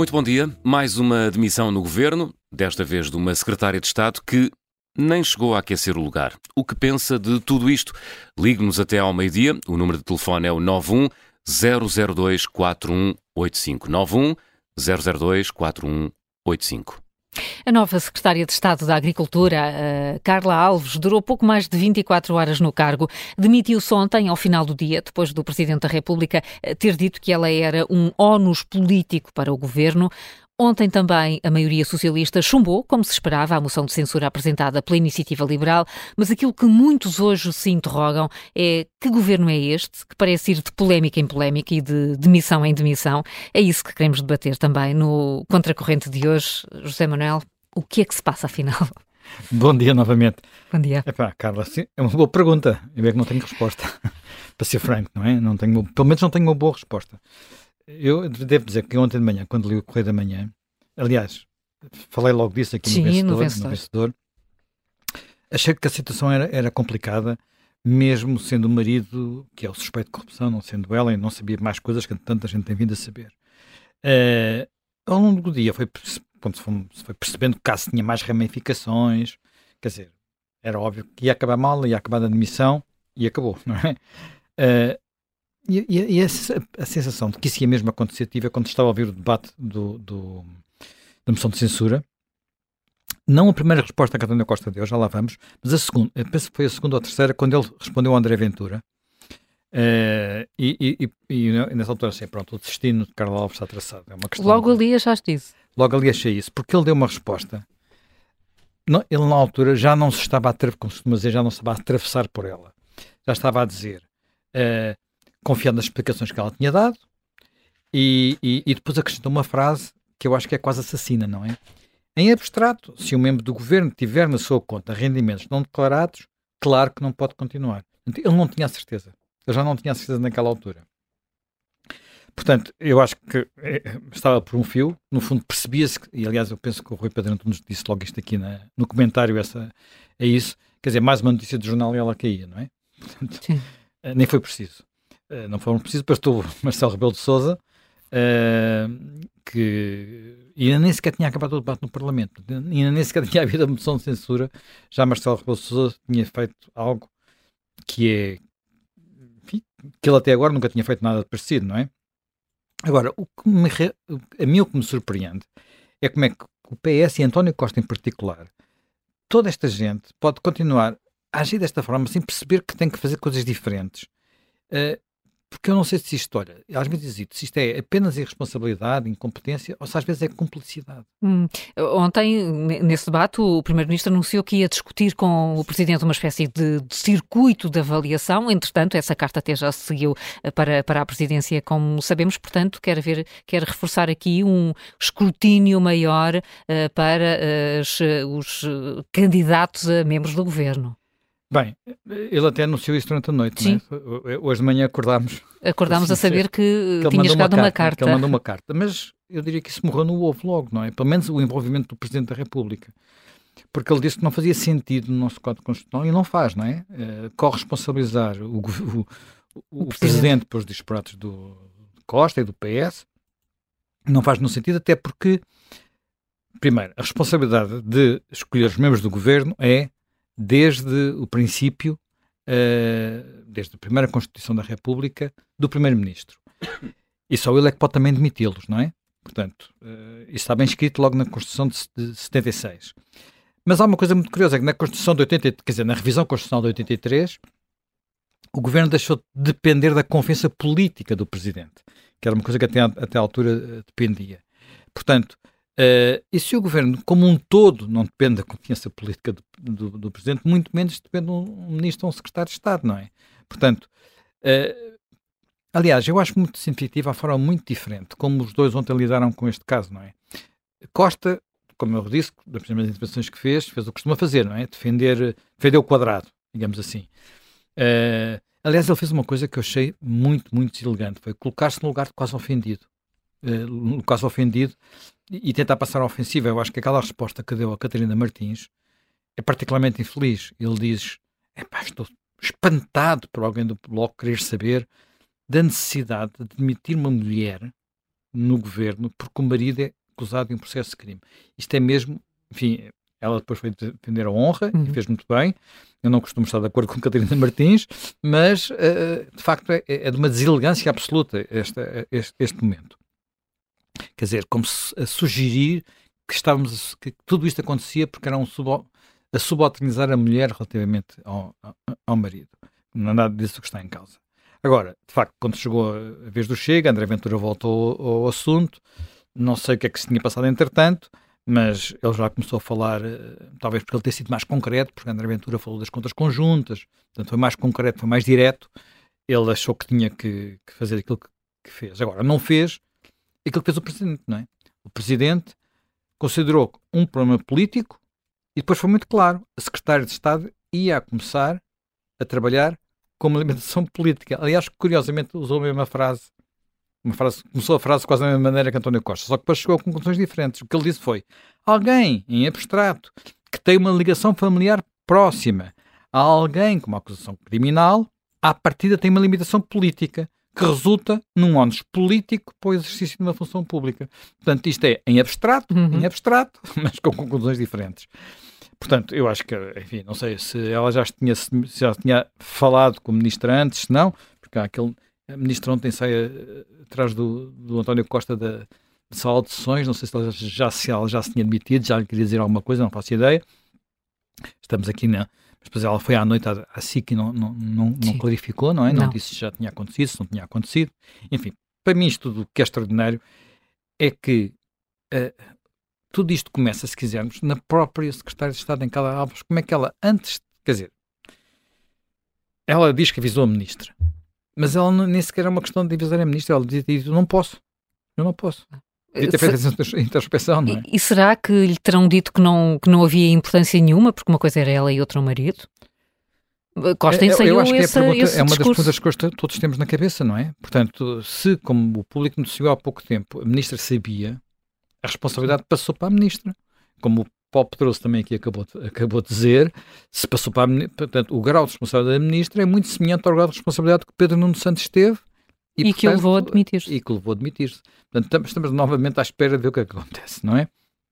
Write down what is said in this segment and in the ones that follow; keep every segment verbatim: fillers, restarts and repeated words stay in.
Muito bom dia. Mais uma demissão no governo, desta vez de uma secretária de Estado que nem chegou a aquecer o lugar. O que pensa de tudo isto? Ligue-nos até ao meio-dia. O número de telefone é o nove um zero zero dois quatro um oito cinco. nove um zero zero dois quatro um oito cinco. A nova secretária de Estado da Agricultura, Carla Alves, durou pouco mais de vinte e quatro horas no cargo. Demitiu-se ontem, ao final do dia, depois do Presidente da República ter dito que ela era um ónus político para o governo. Ontem também a maioria socialista chumbou, como se esperava, a moção de censura apresentada pela Iniciativa Liberal, mas aquilo que muitos hoje se interrogam é que governo é este, que parece ir de polémica em polémica e de demissão em demissão. É isso que queremos debater também no Contracorrente de hoje. José Manuel, o que é que se passa afinal? Bom dia novamente. Bom dia. Epá, Carla, sim, é uma boa pergunta. Eu é que não tenho resposta, para ser franco, não é? Não tenho, pelo menos não tenho uma boa resposta. Eu devo dizer que ontem de manhã, quando li o Correio da Manhã, aliás, falei logo disso aqui Sim, no, vencedor, no, vencedor. no Vencedor, achei que a situação era, era complicada, mesmo sendo o marido, que é o suspeito de corrupção, não sendo ela, e não sabia mais coisas que tanta gente tem vindo a saber. Uh, ao longo do dia foi, foi percebendo que o caso tinha mais ramificações, quer dizer, era óbvio que ia acabar mal, ia acabar a demissão, e acabou, não é? Uh, E, e, e a, a sensação de que isso ia mesmo acontecer tive quando estava a ouvir o debate do, do, da moção de censura. Não a primeira resposta que a António Costa deu, já lá vamos, mas a segunda, eu penso que foi a segunda ou a terceira, quando ele respondeu ao André Ventura. Uh, e, e, e, e nessa altura, assim, pronto, o destino de Carla Alves está traçado. É uma questão Logo de, ali achaste isso? Logo ali achei isso, porque ele deu uma resposta. Não, ele, na altura, já não se estava a atravessar, como se costuma dizer, já não se estava a atravessar por ela. Já estava a dizer... Uh, confiando nas explicações que ela tinha dado, e, e, e depois acrescentou uma frase que eu acho que é quase assassina, não é? Em abstrato, se um membro do governo tiver na sua conta rendimentos não declarados, claro que não pode continuar. Ele não tinha a certeza. Ele já não tinha a certeza naquela altura. Portanto, eu acho que é, estava por um fio. No fundo, percebia-se, e aliás eu penso que o Rui Pedro nos disse logo isto aqui na, no comentário, essa, é isso. Quer dizer, mais uma notícia do jornal e ela caía, não é? Portanto, Sim. Nem foi preciso. Uh, não foram precisos, depois estou Marcelo Rebelo de Sousa, uh, que ainda nem sequer tinha acabado o debate no Parlamento, ainda nem sequer tinha havido a moção de censura, já Marcelo Rebelo de Sousa tinha feito algo que é, enfim, que ele até agora nunca tinha feito nada de parecido, não é? Agora, o que me, a mim o que me surpreende é como é que o P S e António Costa em particular, toda esta gente pode continuar a agir desta forma sem perceber que tem que fazer coisas diferentes. Uh, porque eu não sei se isto, olha, às vezes digo, se isto é apenas irresponsabilidade, incompetência, ou se às vezes é cumplicidade. Hum. Ontem, nesse debate, o Primeiro-Ministro anunciou que ia discutir com o Presidente uma espécie de, de circuito de avaliação. Entretanto, essa carta até já se seguiu para, para a Presidência, como sabemos. Portanto, quer, ver, quer reforçar aqui um escrutínio maior uh, para uh, os, os candidatos a membros do Governo. Bem, ele até anunciou isso durante a noite, Sim. Não é? Hoje de manhã acordámos... Acordámos assim, a saber que, que tinha chegado uma, uma carta. Que ele mandou uma carta, mas eu diria que isso morreu no ovo logo, não é? Pelo menos o envolvimento do Presidente da República. Porque ele disse que não fazia sentido no nosso Código Constitucional e não faz, não é? Uh, corresponsabilizar o, o, o, o, o Presidente pelos disparates do Costa e do P S não faz nenhum sentido, até porque, primeiro, a responsabilidade de escolher os membros do Governo é desde o princípio, uh, desde a primeira Constituição da República, do Primeiro-Ministro. E só ele é que pode também demiti-los, não é? Portanto, uh, isso está bem escrito logo na Constituição de, de setenta e seis. Mas há uma coisa muito curiosa, é que na Constituição de oitenta, quer dizer, na revisão constitucional de oitenta e três, o Governo deixou de depender da confiança política do Presidente, que era uma coisa que até, até à altura uh, dependia. Portanto, Uh, e se o Governo, como um todo, não depende da confiança política do, do, do Presidente, muito menos depende de um, um Ministro ou um Secretário de Estado, não é? Portanto, uh, aliás, eu acho muito significativa a forma muito diferente como os dois ontem lidaram com este caso, não é? Costa, como eu disse, das primeiras intervenções que fez, fez o que costuma fazer, não é? Defender, defender o quadrado, digamos assim. Uh, aliás, ele fez uma coisa que eu achei muito, muito deselegante, foi colocar-se no lugar de quase ofendido. Uh, no caso ofendido, e tentar passar a ofensiva. Eu acho que aquela resposta que deu a Catarina Martins é particularmente infeliz. Ele diz, epá, estou espantado por alguém do Bloco querer saber da necessidade de demitir uma mulher no governo porque o marido é acusado de um processo de crime. Isto é mesmo, enfim, ela depois foi defender a honra uhum. e fez muito bem. Eu não costumo estar de acordo com Catarina Martins, mas, uh, de facto, é, é de uma deselegância absoluta esta, este, este momento. Quer dizer, como se a sugerir que, estávamos, que tudo isto acontecia porque era um subo, a subalternizar a mulher relativamente ao, ao, ao marido. Não é nada disso que está em causa. Agora, de facto, quando chegou a vez do Chega, André Ventura voltou ao, ao assunto. Não sei o que é que se tinha passado entretanto, mas ele já começou a falar, talvez porque ele tenha sido mais concreto, porque André Ventura falou das contas conjuntas, portanto foi mais concreto, foi mais direto. Ele achou que tinha que, que fazer aquilo que, que fez. Agora, não fez aquilo que fez o Presidente, não é? O Presidente considerou um problema político e depois foi muito claro, a Secretária de Estado ia a começar a trabalhar com uma alimentação política. Aliás, curiosamente, usou a mesma frase. Uma frase, começou a frase quase da mesma maneira que António Costa, só que depois chegou a conclusões diferentes. O que ele disse foi: alguém, em abstrato, que tem uma ligação familiar próxima a alguém com uma acusação criminal, à partida tem uma limitação política, que resulta num ónus político para o exercício de uma função pública. Portanto, isto é em abstrato, uhum. em abstrato, mas com conclusões diferentes. Portanto, eu acho que, enfim, não sei se ela já tinha, se já tinha falado com o ministro antes, se não, porque há aquele... A ministra ontem sai atrás do, do António Costa da, da sala de sessões, não sei se ela já, se ela já se tinha demitido, já lhe queria dizer alguma coisa, não faço ideia. Estamos aqui, na, mas depois ela foi à noite à, à S I C e não, não, não, não clarificou, não é? Não. não disse se já tinha acontecido, se não tinha acontecido. Enfim, para mim isto tudo que é extraordinário é que uh, tudo isto começa, se quisermos, na própria Secretária de Estado em Carla Alves. Como é que ela, antes, quer dizer, ela diz que avisou a ministra. Mas ela não, nem sequer é uma questão de avisar a ministra. Ela dizia: eu não posso, eu não posso. Devia ter feito essa introspeção, não é? E, e será que lhe terão dito que não, que não havia importância nenhuma, porque uma coisa era ela e outra o marido? Costa ensaiou eu acho que esse, é, pergunta, esse é uma discurso. das perguntas que todos temos na cabeça, não é? Portanto, se, como o público noticiou há pouco tempo, a ministra sabia, a responsabilidade passou para a ministra. Como o Paulo Pedroso também aqui acabou de, acabou de dizer, se passou para a ministra, portanto, o grau de responsabilidade da ministra é muito semelhante ao grau de responsabilidade que Pedro Nuno Santos teve e, e portanto, que o levou a demitir-se. E que o levou a demitir-se. Portanto, estamos, estamos novamente à espera de ver o que é que acontece, não é?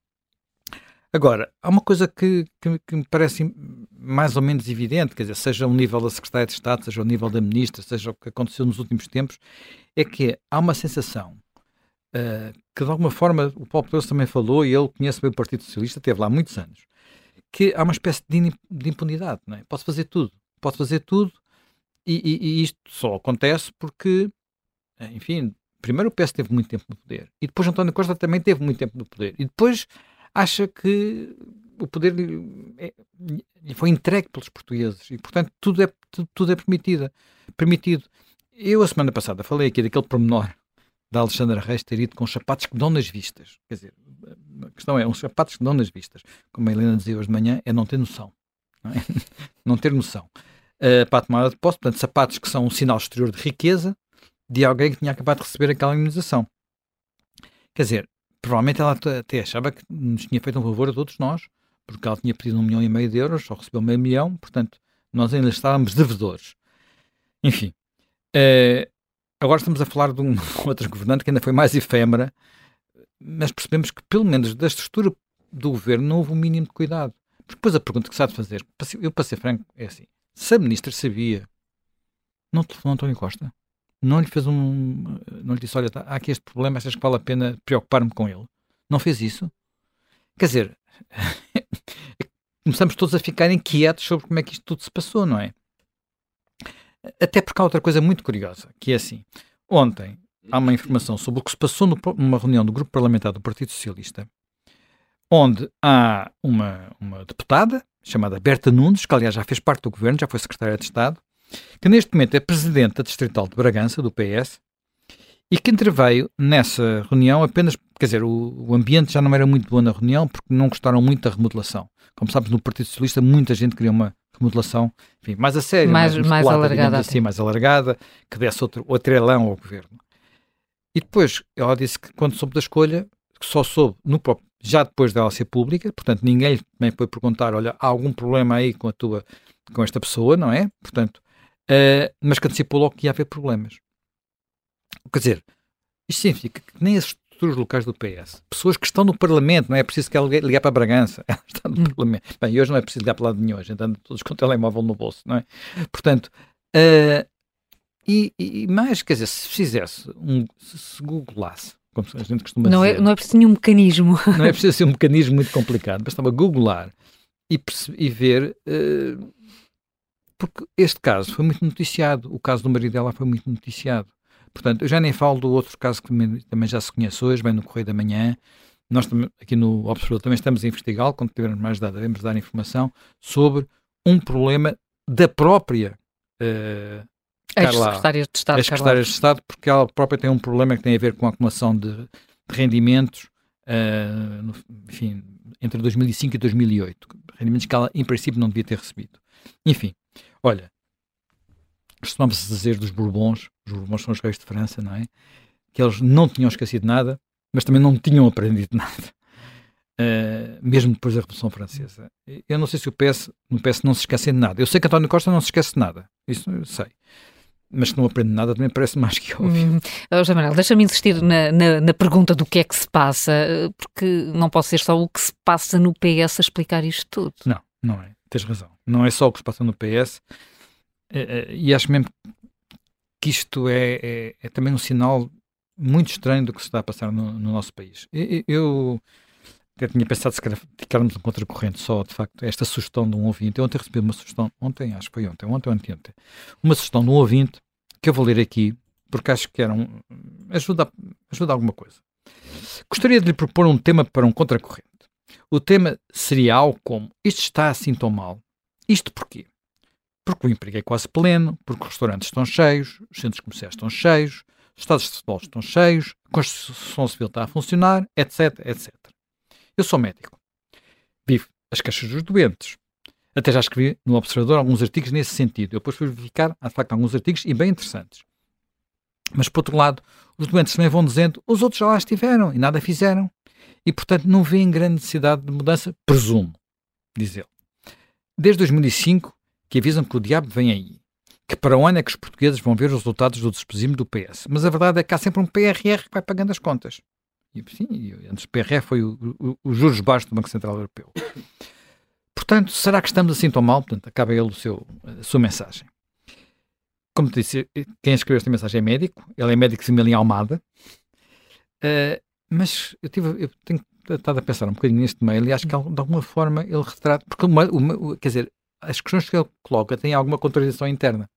Agora, há uma coisa que, que, que me parece mais ou menos evidente, quer dizer, seja ao nível da Secretária de Estado, seja ao nível da Ministra, seja o que aconteceu nos últimos tempos, é que há uma sensação uh, que de alguma forma o Paulo Pedroso também falou, e ele conhece bem o Partido Socialista, esteve lá há muitos anos, que há uma espécie de, de impunidade, não é? Posso fazer tudo, posso fazer tudo, e, e, e isto só acontece porque, enfim, primeiro o P S teve muito tempo no poder, e depois António Costa também teve muito tempo no poder, e depois acha que o poder lhe, é, lhe foi entregue pelos portugueses e, portanto, tudo é, tudo, tudo é permitido, permitido. Eu, a semana passada, falei aqui daquele pormenor da Alexandra Reis ter ido com os sapatos que dão nas vistas. Quer dizer, a questão é, uns sapatos que dão nas vistas. Como a Helena dizia hoje de manhã, é não ter noção. Não, é? Não ter noção. Uh, para a tomada de posse, portanto, sapatos que são um sinal exterior de riqueza de alguém que tinha acabado de receber aquela imunização. Quer dizer, provavelmente ela até achava que nos tinha feito um favor a todos nós, porque ela tinha pedido um milhão e meio de euros, só recebeu meio milhão, portanto, nós ainda estávamos devedores. Enfim, uh, agora estamos a falar de um outro governante que ainda foi mais efêmera, mas percebemos que, pelo menos da estrutura do governo, não houve um mínimo de cuidado. Porque depois a pergunta que se há de fazer, eu para ser franco, é assim: se a ministra sabia, não telefonou António Costa? Não lhe fez um... Não lhe disse: olha, tá, há aqui este problema, achas que vale a pena preocupar-me com ele? Não fez isso? Quer dizer, começamos todos a ficar inquietos sobre como é que isto tudo se passou, não é? Até porque há outra coisa muito curiosa, que é assim: ontem há uma informação sobre o que se passou no, numa reunião do Grupo Parlamentar do Partido Socialista, onde há uma, uma deputada chamada Berta Nunes, que aliás já fez parte do governo, já foi secretária de Estado, que neste momento é presidente da Distrital de Bragança, do P S, e que interveio nessa reunião apenas, quer dizer, o, o ambiente já não era muito bom na reunião, porque não gostaram muito da remodelação. Como sabes, no Partido Socialista muita gente queria uma remodelação, enfim, mais a sério, mais, mais, mais alargada, assim, mais alargada, que desse outro, outro elão ao governo. E depois ela disse que quando soube da escolha, que só soube no próprio, já depois dela ser pública, portanto ninguém também foi perguntar: olha, há algum problema aí com a tua, com esta pessoa, não é? Portanto, uh, mas que antecipou logo que ia haver problemas. Quer dizer, isto significa que nem a estruturas locais do P S. Pessoas que estão no Parlamento, não é preciso que ela ligar para Bragança, ela está no hum. Parlamento. Bem, hoje não é preciso ligar para lá de nenhum, hoje andando todos com o telemóvel no bolso, não é? Portanto, uh, e, e mais, quer dizer, se fizesse, um, se, se googlasse, como a gente costuma não dizer... É, não é preciso nenhum mecanismo. Não é preciso ser um mecanismo muito complicado, bastava googlar e, e ver... Uh, porque este caso foi muito noticiado, o caso do marido dela foi muito noticiado. Portanto, eu já nem falo do outro caso que também, também já se conhece hoje, bem no Correio da Manhã. Nós também, aqui no Observador também estamos a investigá-lo, quando tivermos mais dados, devemos dar informação sobre um problema da própria uh, ex-secretária de Estado. Ex-secretária de Estado, porque ela própria tem um problema que tem a ver com a acumulação de, de rendimentos, uh, no, enfim, entre dois mil e cinco e dois mil e oito. Rendimentos que ela, em princípio, não devia ter recebido. Enfim, olha, costumava-se dizer dos Bourbons, os Bourbons são os reis de França, não é? Que eles não tinham esquecido nada, mas também não tinham aprendido nada, uh, mesmo depois da Revolução Francesa. Eu não sei se o P S, no P S não se esquecem de nada. Eu sei que António Costa não se esquece de nada, isso eu sei. Mas que não aprende nada também parece mais que óbvio. Hum, José Manuel, deixa-me insistir na, na, na pergunta do que é que se passa, porque não pode ser só o que se passa no P S a explicar isto tudo. Não, não é. Tens razão. Não é só o que se passa no P S. E acho mesmo que isto é, é, é também um sinal muito estranho do que se está a passar no, no nosso país. Eu, eu até tinha pensado se calhar ficarmos um contracorrente só, de facto, esta sugestão de um ouvinte. Eu ontem recebi uma sugestão, ontem, acho que foi ontem, ontem ou anteontem, uma sugestão de um ouvinte que eu vou ler aqui, porque acho que era um, ajuda, ajuda alguma coisa. Gostaria de lhe propor um tema para um contracorrente. O tema seria algo como: isto está assim tão mal. Isto porquê? Porque o emprego é quase pleno, porque os restaurantes estão cheios, os centros comerciais estão cheios, os estádios de futebol estão cheios, a construção civil está a funcionar, etc, etcétera. Eu sou médico. Vivo as queixas dos doentes. Até já escrevi no Observador alguns artigos nesse sentido. Eu depois fui verificar, há de facto, alguns artigos e bem interessantes. Mas, por outro lado, os doentes também vão dizendo: os outros já lá estiveram e nada fizeram. E, portanto, não vêem grande necessidade de mudança, presumo, diz ele. Desde dois mil e cinco, que avisam que o diabo vem aí, que para o ano é que os portugueses vão ver os resultados do despesimo do P S. Mas a verdade é que há sempre um P R R que vai pagando as contas. E, sim, antes do P R R foi o, o, os juros baixos do Banco Central Europeu. Portanto, será que estamos assim tão mal? Portanto, acaba ele o seu, a sua mensagem. Como te disse, quem escreveu esta mensagem é médico. Ele é médico de família em Almada. Uh, mas eu, tive, eu tenho estado a pensar um bocadinho neste mail e acho que de alguma forma ele retrata... Porque, uma, uma, quer dizer, as questões que ele coloca têm alguma contradição interna.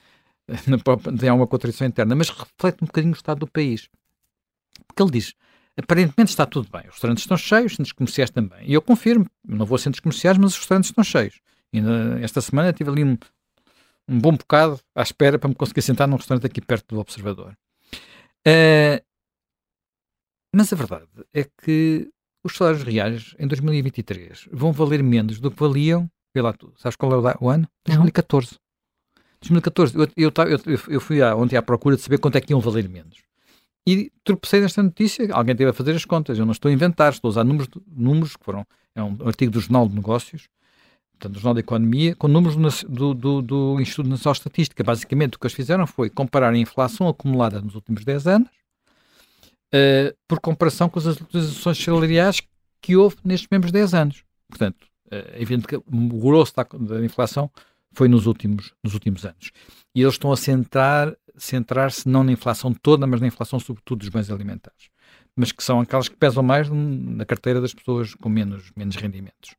Tem alguma contradição interna, mas reflete um bocadinho o estado do país. Porque ele diz: aparentemente está tudo bem, os restaurantes estão cheios, os centros comerciais também. E eu confirmo, não vou a centros comerciais, mas os restaurantes estão cheios. E ainda esta semana tive ali um, um bom bocado à espera para me conseguir sentar num restaurante aqui perto do Observador. Uh, mas a verdade é que os salários reais em dois mil e vinte e três vão valer menos do que valiam, vê lá tu, sabes qual é o ano? dois mil e catorze. dois mil e catorze. Eu, eu, eu, eu fui à, ontem à procura de saber quanto é que iam valer menos. E tropecei nesta notícia, alguém teve a fazer as contas, eu não estou a inventar, estou a usar números, números que foram, é um artigo do Jornal de Negócios, portanto do Jornal da Economia, com números do, do, do Instituto Nacional de Estatística. Basicamente o que eles fizeram foi comparar a inflação acumulada nos últimos dez anos, uh, por comparação com as atualizações salariais que houve nestes mesmos dez anos. Portanto, uh, é evidente que o grosso da, da inflação foi nos últimos, nos últimos anos. E eles estão a centrar, centrar-se não na inflação toda, mas na inflação sobretudo dos bens alimentares. Mas que são aquelas que pesam mais na carteira das pessoas com menos, menos rendimentos.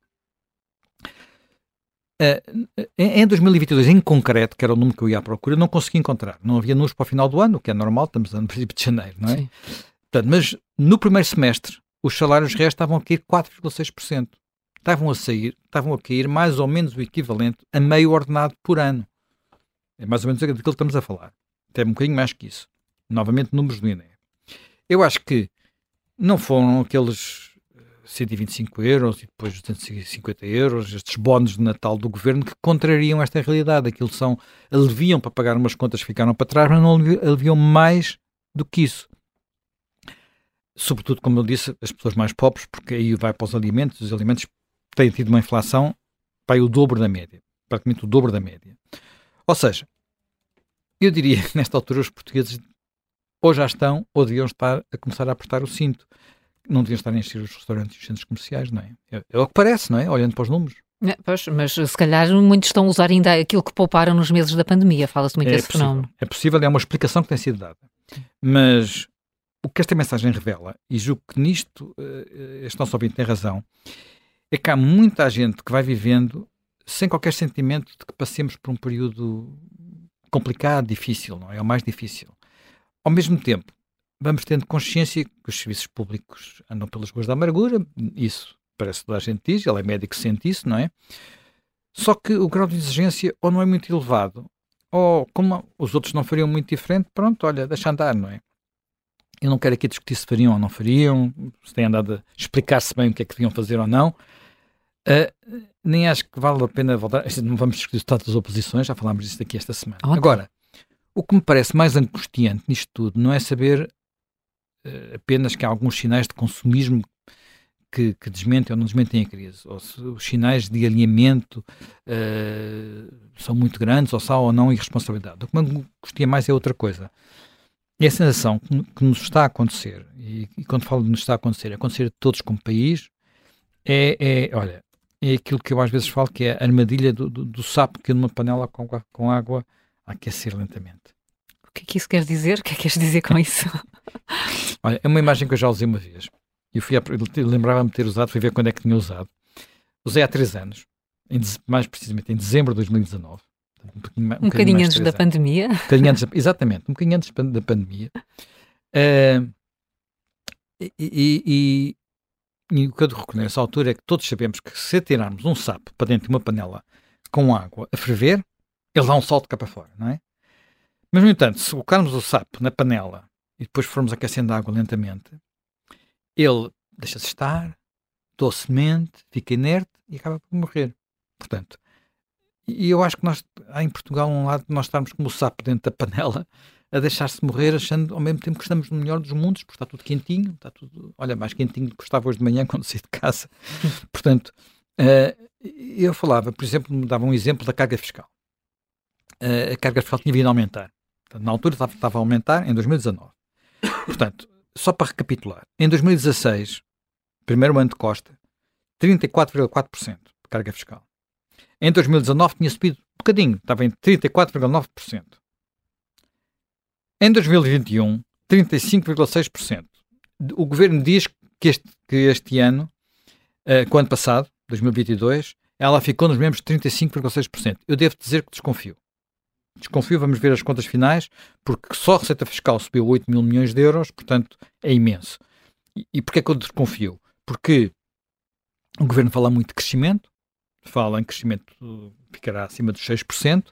Uh, em dois mil e vinte e dois, em concreto, que era o número que eu ia à procura, não consegui encontrar. Não havia números para o final do ano, o que é normal, estamos no princípio de janeiro, não é? Sim. Portanto, mas no primeiro semestre, os salários reais estavam a cair quatro vírgula seis por cento. Estavam a sair, estavam a cair mais ou menos o equivalente a meio ordenado por ano. É mais ou menos daquilo que estamos a falar. Até um bocadinho mais que isso. Novamente, números do I N E. Eu acho que não foram aqueles cento e vinte e cinco euros e depois duzentos e cinquenta euros, estes bónus de Natal do Governo, que contrariam esta realidade. Aquilo são, aliviam para pagar umas contas que ficaram para trás, mas não aliviam mais do que isso. Sobretudo, como eu disse, as pessoas mais pobres, porque aí vai para os alimentos, os alimentos têm tido uma inflação, vai o dobro da média. Praticamente o dobro da média. Ou seja, eu diria que nesta altura os portugueses ou já estão, ou deviam estar a começar a apertar o cinto. Não deviam estar a encher os restaurantes e os centros comerciais, não é? É, é o que parece, não é? Olhando para os números. É, pois, mas se calhar muitos estão a usar ainda aquilo que pouparam nos meses da pandemia. Fala-se muito É desse possível, fenómeno. é possível, é uma explicação que tem sido dada. Mas o que esta mensagem revela, e julgo que nisto uh, este nosso ouvinte tem razão, é que há muita gente que vai vivendo sem qualquer sentimento de que passemos por um período complicado, difícil, não é? É o mais difícil. Ao mesmo tempo, vamos tendo consciência que os serviços públicos andam pelas ruas da amargura, isso parece que toda a gente diz, ele é médico que sente isso, não é? Só que o grau de exigência ou não é muito elevado, ou como os outros não fariam muito diferente, pronto, olha, deixa andar, não é? Eu não quero aqui discutir se fariam ou não fariam, se têm andado a explicar-se bem o que é que deviam fazer ou não. Uh, nem acho que vale a pena voltar. Não vamos discutir tanto das oposições, já falámos disso aqui esta semana. Ótimo. Agora, o que me parece mais angustiante nisto tudo não é saber uh, apenas que há alguns sinais de consumismo que, que desmentem ou não desmentem a crise, ou se os sinais de alinhamento uh, são muito grandes, ou se há ou não irresponsabilidade. O que me angustia mais é outra coisa. É a sensação que, que nos está a acontecer, e, e quando falo de nos está a acontecer, é acontecer a todos como país, é, é, olha, é aquilo que eu às vezes falo, que é a armadilha do, do, do sapo que numa panela com, com água a aquecer lentamente. O que é que isso quer dizer? O que é que queres dizer com isso? Olha, é uma imagem que eu já usei uma vez. Eu fui a, eu lembrava-me de ter usado, fui ver quando é que tinha usado. Usei há três anos, em, mais precisamente em dezembro de dois mil e dezanove. Um bocadinho, um um bocadinho antes da anos. pandemia. Um bocadinho antes, exatamente, um bocadinho antes da pandemia. Uh, e, e, e, e o que eu reconheço à altura é que todos sabemos que se tirarmos um sapo para dentro de uma panela com água a ferver, ele dá um salto cá para fora, não é? Mas, no entanto, se colocarmos o sapo na panela e depois formos aquecendo a água lentamente, ele deixa-se estar, docemente, fica inerte e acaba por morrer. Portanto, e eu acho que nós, há em Portugal um lado de nós estarmos como o sapo dentro da panela a deixar-se morrer, achando ao mesmo tempo que estamos no melhor dos mundos, porque está tudo quentinho, está tudo, olha, mais quentinho do que estava hoje de manhã quando saí de casa. Portanto, uh, eu falava, por exemplo, me dava um exemplo da carga fiscal. Uh, a carga fiscal tinha vindo a aumentar. Portanto, na altura estava, estava a aumentar em dois mil e dezanove. Portanto, só para recapitular, em dois mil e dezasseis, primeiro ano de Costa, trinta e quatro vírgula quatro por cento de carga fiscal. Em dois mil e dezanove tinha subido um bocadinho, estava em trinta e quatro vírgula nove por cento. Em dois mil e vinte e um, trinta e cinco vírgula seis por cento. O governo diz que este, que este ano, uh, com o ano passado, dois mil e vinte e dois, ela ficou nos mesmos trinta e cinco vírgula seis por cento. Eu devo dizer que desconfio. Desconfio, vamos ver as contas finais, porque só a receita fiscal subiu oito mil milhões de euros, portanto é imenso. E, e porquê é que eu desconfio? Porque o governo fala muito de crescimento, fala em crescimento, ficará acima dos seis por cento,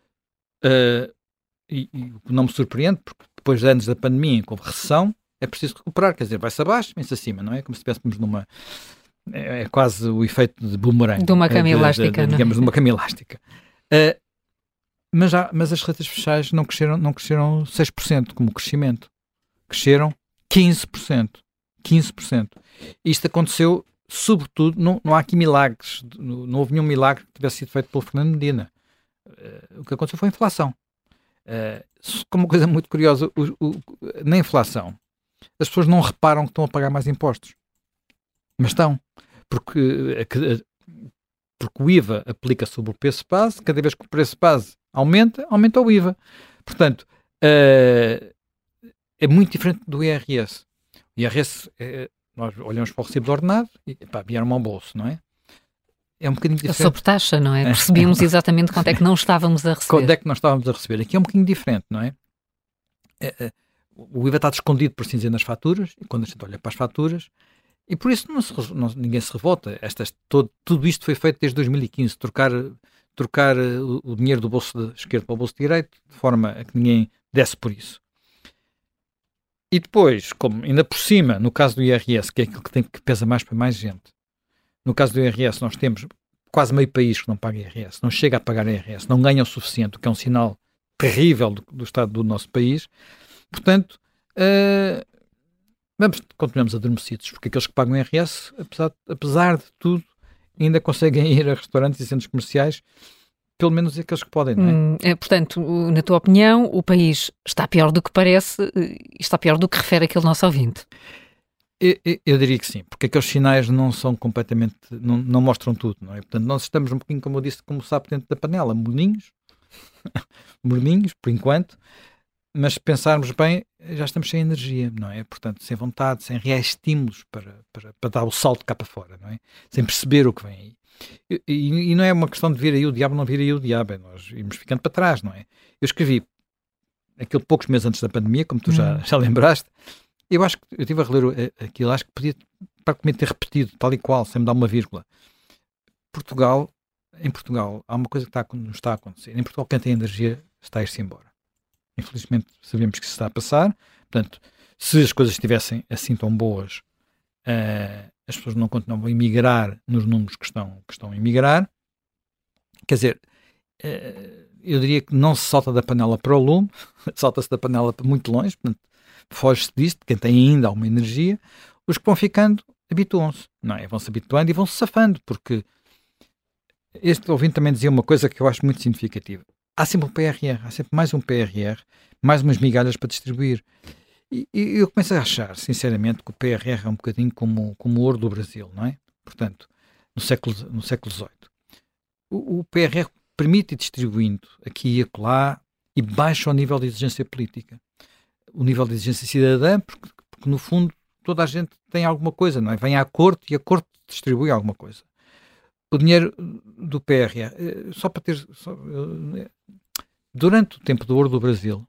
uh, e, e não me surpreende, porque depois de anos da pandemia, em que houve recessão, é preciso recuperar, quer dizer, vai-se abaixo, vem-se acima, não é? Como se estivéssemos numa... É, é quase o efeito de boomerang. De uma cama é, de, elástica, de, de, digamos, de uma cama elástica. Uh, mas, já, mas as receitas fiscais não cresceram, não cresceram seis por cento como crescimento. Cresceram quinze por cento. quinze por cento. Isto aconteceu... Sobretudo, não, não há aqui milagres, não, não houve nenhum milagre que tivesse sido feito pelo Fernando Medina. Uh, o que aconteceu foi a inflação. Uh, como uma coisa muito curiosa, o, o, na inflação, as pessoas não reparam que estão a pagar mais impostos. Mas estão. Porque, uh, porque o I V A aplica sobre o preço base, cada vez que o preço base aumenta, aumenta o I V A. Portanto, uh, é muito diferente do I R S. O I R S é... Nós olhamos para o recibo de ordenado e pá, vieram ao bolso, não é? É um bocadinho diferente. A sobretaxa, não é? Percebíamos exatamente quanto é que não estávamos a receber. Quanto é que não estávamos a receber. Aqui é um bocadinho diferente, não é? é, é o I V A está escondido, por assim dizer, nas faturas, e quando a gente olha para as faturas, e por isso não se, não, ninguém se revolta. Estas, todo, tudo isto foi feito desde dois mil e quinze, trocar, trocar o, o dinheiro do bolso esquerdo para o bolso direito, de forma a que ninguém desse por isso. E depois, como ainda por cima, no caso do I R S, que é aquilo que, tem, que pesa mais para mais gente, no caso do I R S nós temos quase meio país que não paga I R S, não chega a pagar I R S, não ganha o suficiente, o que é um sinal terrível do, do estado do nosso país. Portanto, uh, vamos, continuamos adormecidos, porque aqueles que pagam I R S, apesar, apesar de tudo, ainda conseguem ir a restaurantes e centros comerciais pelo menos aqueles que podem, não é? Hum, é, portanto, na tua opinião, o país está pior do que parece e está pior do que refere aquele nosso ouvinte. Eu, eu, eu diria que sim, porque aqueles sinais não são completamente, não, não mostram tudo, não é? Portanto, nós estamos um pouquinho, como eu disse, como o sapo dentro da panela, morninhos, morninhos, por enquanto, mas se pensarmos bem, já estamos sem energia, não é? Portanto, sem vontade, sem reais estímulos para, para, para dar o salto cá para fora, não é? Sem perceber o que vem aí. E, e, e não é uma questão de vir aí o diabo, não vir aí o diabo, é nós irmos ficando para trás, não é? Eu escrevi aquilo poucos meses antes da pandemia, como tu já, já lembraste. Eu acho que, eu estive a reler aquilo, acho que podia praticamente ter repetido, tal e qual, sem me dar uma vírgula. Portugal, em Portugal, há uma coisa que está, nos está a acontecer. Em Portugal, quem tem energia está a ir-se embora. Infelizmente, sabemos que isso está a passar. Portanto, se as coisas estivessem assim tão boas, uh, as pessoas não continuam a emigrar nos números que estão, que estão a emigrar. Quer dizer, uh, eu diria que não se salta da panela para o lume, salta-se da panela para muito longe, portanto, foge-se disto, quem tem ainda alguma energia. Os que vão ficando habituam-se, não é? Vão-se habituando e vão-se safando, porque este ouvinte também dizia uma coisa que eu acho muito significativa. Há sempre um P R R, há sempre mais um P R R, mais umas migalhas para distribuir. E, e eu começo a achar, sinceramente, que o P R R é um bocadinho como, como o ouro do Brasil, não é? Portanto, no século, no século dezoito. O, o P R R permite ir distribuindo aqui e acolá e baixa o nível de exigência política. O nível de exigência cidadã, porque, porque no fundo toda a gente tem alguma coisa, não é? Vem à corte e a corte distribui alguma coisa. O dinheiro do P R R, só para ter... Só, durante o tempo do ouro do Brasil,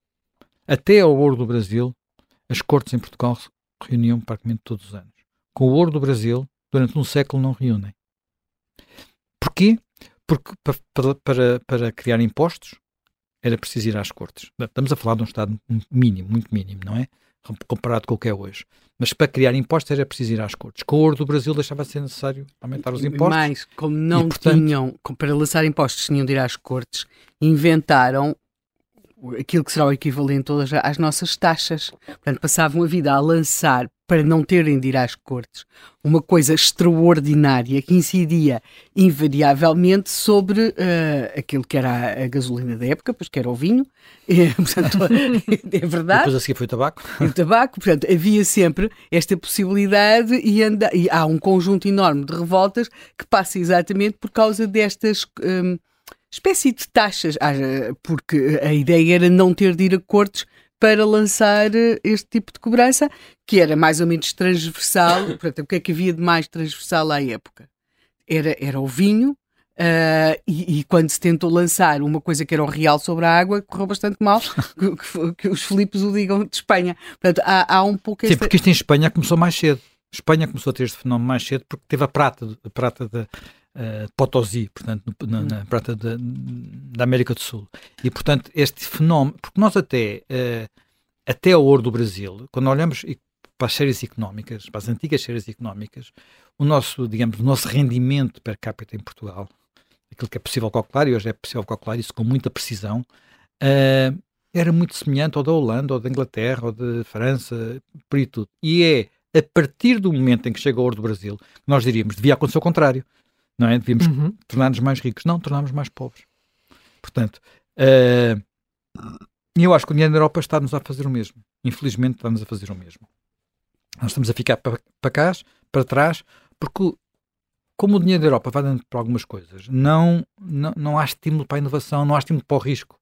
até ao ouro do Brasil, as cortes em Portugal se reuniam praticamente todos os anos. Com o ouro do Brasil, durante um século não reúnem. Porquê? Porque para, para, para, para criar impostos era preciso ir às cortes. Estamos a falar de um Estado mínimo, muito mínimo, não é? Comparado com o que é hoje. Mas para criar impostos era preciso ir às cortes. Com o ouro do Brasil deixava de ser necessário aumentar os impostos. Mas, como não e, portanto, tinham, para lançar impostos, tinham de ir às cortes, inventaram aquilo que será o equivalente hoje às nossas taxas. Portanto, passavam a vida a lançar, para não terem de ir às cortes, uma coisa extraordinária que incidia invariavelmente sobre uh, aquilo que era a, a gasolina da época, pois que era o vinho, e, portanto, é verdade. Depois a seguir foi o tabaco. E o tabaco, portanto, havia sempre esta possibilidade e, anda, e há um conjunto enorme de revoltas que passa exatamente por causa destas... Um, espécie de taxas, porque a ideia era não ter de ir a cortes para lançar este tipo de cobrança, que era mais ou menos transversal. Portanto, o que é que havia de mais transversal à época? Era, era o vinho, uh, e, e quando se tentou lançar uma coisa que era o real sobre a água, correu bastante mal, que, que, que os Filipes o digam de Espanha. Portanto, há, há um pouco... Esta... Sim, porque isto em Espanha começou mais cedo. Espanha começou a ter este fenómeno mais cedo porque teve a prata, a prata da... Uh, Potosí, portanto, no, na, na prata da, da América do Sul. E, portanto, este fenómeno, porque nós até, uh, até ao ouro do Brasil, quando olhamos para as séries económicas, para as antigas séries económicas, o nosso, digamos, o nosso rendimento per capita em Portugal, aquilo que é possível calcular, e hoje é possível calcular isso com muita precisão, uh, era muito semelhante ao da Holanda, ou da Inglaterra, ou de França, por aí tudo. E é a partir do momento em que chega ao ouro do Brasil, que nós diríamos, devia acontecer o contrário. Não é? Devíamos uhum. tornar-nos mais ricos. Não, tornar-nos mais pobres. Portanto, uh, eu acho que o dinheiro da Europa está-nos a fazer o mesmo. Infelizmente, está-nos a fazer o mesmo. Nós estamos a ficar para, para cá, para trás, porque como o dinheiro da Europa vai dando para algumas coisas, não, não, não há estímulo para a inovação, não há estímulo para o risco.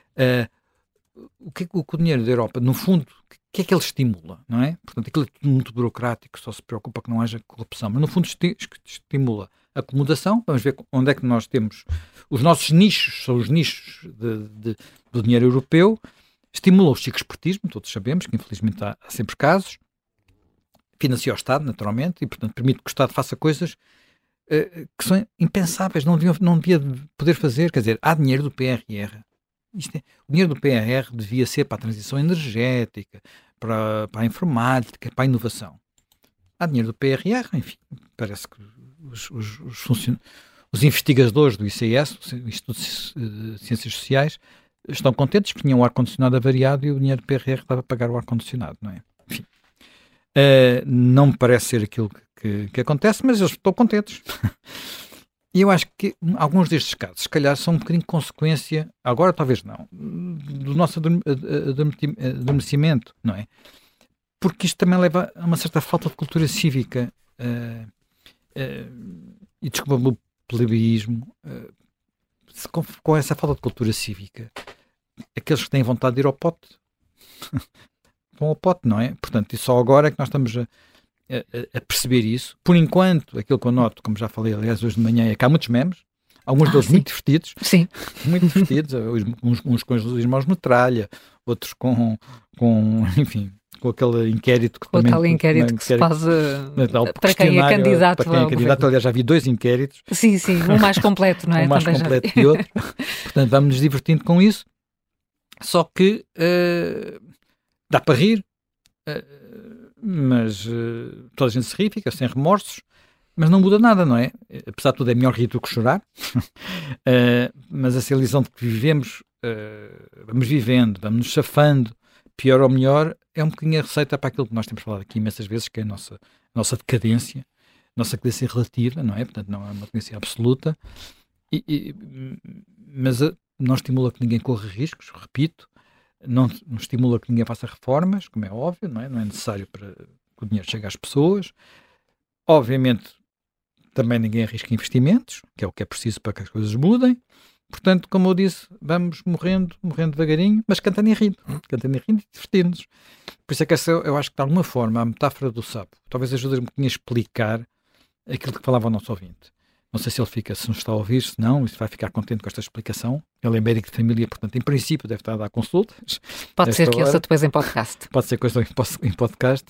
Uh, o, que, o que o dinheiro da Europa, no fundo, o que é que ele estimula? Não é? Portanto, aquilo é tudo muito burocrático, só se preocupa que não haja corrupção, mas no fundo esti- estimula acomodação. Vamos ver onde é que nós temos os nossos nichos, são os nichos de, de, do dinheiro europeu. Estimula o chico-espertismo, todos sabemos que infelizmente há, há sempre casos. Financia o Estado, naturalmente, e portanto permite que o Estado faça coisas uh, que são impensáveis, não devia, não devia poder fazer. Quer dizer, há dinheiro do P R R. Isto é, o dinheiro do P R R devia ser para a transição energética, para, para a informática, para a inovação. Há dinheiro do P R R, enfim, parece que Os, os, os, funcion... os investigadores do I C S, o Instituto de Ciências Sociais, estão contentes porque tinham o ar-condicionado avariado e o dinheiro do P R R estava a pagar o ar-condicionado, não é? Enfim, uh, não me parece ser aquilo que, que, que acontece, mas eles estão contentes. E eu acho que alguns destes casos, se calhar, são um bocadinho consequência, agora talvez não, do nosso adormecimento, não é? Porque isto também leva a uma certa falta de cultura cívica uh, uh, e, desculpa o plebeísmo, uh, com, com essa falta de cultura cívica, aqueles que têm vontade de ir ao pote vão ao pote, não é? Portanto, e só agora é que nós estamos a A, a perceber isso. Por enquanto, aquilo que eu noto, como já falei, aliás, hoje de manhã, é que há muitos memes, alguns ah, deles sim. muito divertidos, sim. muito divertidos, uns, uns com os irmãos metralha, outros com, com, enfim, com aquele inquérito que com também... O tal inquérito que se faz uh, para quem é candidato. Para quem é candidato, aliás, já vi dois inquéritos. Sim, sim, um mais completo, não é? Um mais também completo que outro. Portanto, vamos nos divertindo com isso, só que uh, dá para rir, uh, mas uh, toda a gente se ri, fica sem remorsos, mas não muda nada, não é? Apesar de tudo, é melhor rir do que chorar. uh, mas essa ilusão de que vivemos, uh, vamos vivendo, vamos nos chafando, pior ou melhor, é um bocadinho a receita para aquilo que nós temos falado aqui imensas vezes, que é a nossa, a nossa decadência, a nossa decadência relativa, não é? Portanto, não é uma decadência absoluta, e, e, mas uh, não estimula que ninguém corra riscos, repito. Não, não estimula que ninguém faça reformas, como é óbvio, não é? Não é necessário para que o dinheiro chegue às pessoas. Obviamente, também ninguém arrisca investimentos, que é o que é preciso para que as coisas mudem. Portanto, como eu disse, vamos morrendo, morrendo devagarinho, mas cantando e rindo, cantando e rindo e divertindo-nos. Por isso é que essa, eu acho que de alguma forma a metáfora do sapo talvez ajude um bocadinho a explicar aquilo que falava o nosso ouvinte. Não sei se ele fica, se nos está a ouvir, se não, se vai ficar contente com esta explicação. Ele é médico de família, portanto, em princípio, deve estar a dar consultas. Pode ser que ouça depois em podcast. Pode ser que ouça em podcast,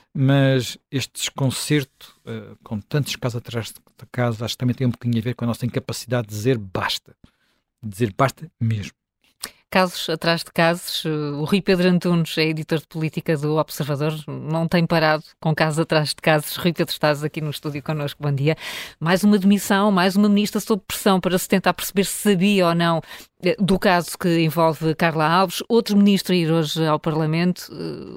mas este desconcerto, uh, com tantos casos atrás de casa, acho que também tem um bocadinho a ver com a nossa incapacidade de dizer basta. De dizer basta mesmo. Casos atrás de casos, o Rui Pedro Antunes é editor de política do Observador, não tem parado com casos atrás de casos. Rui Pedro, estás aqui no estúdio connosco, bom dia. Mais uma demissão, mais uma ministra sob pressão para se tentar perceber se sabia ou não do caso que envolve Carla Alves. Outro ministro a ir hoje ao Parlamento,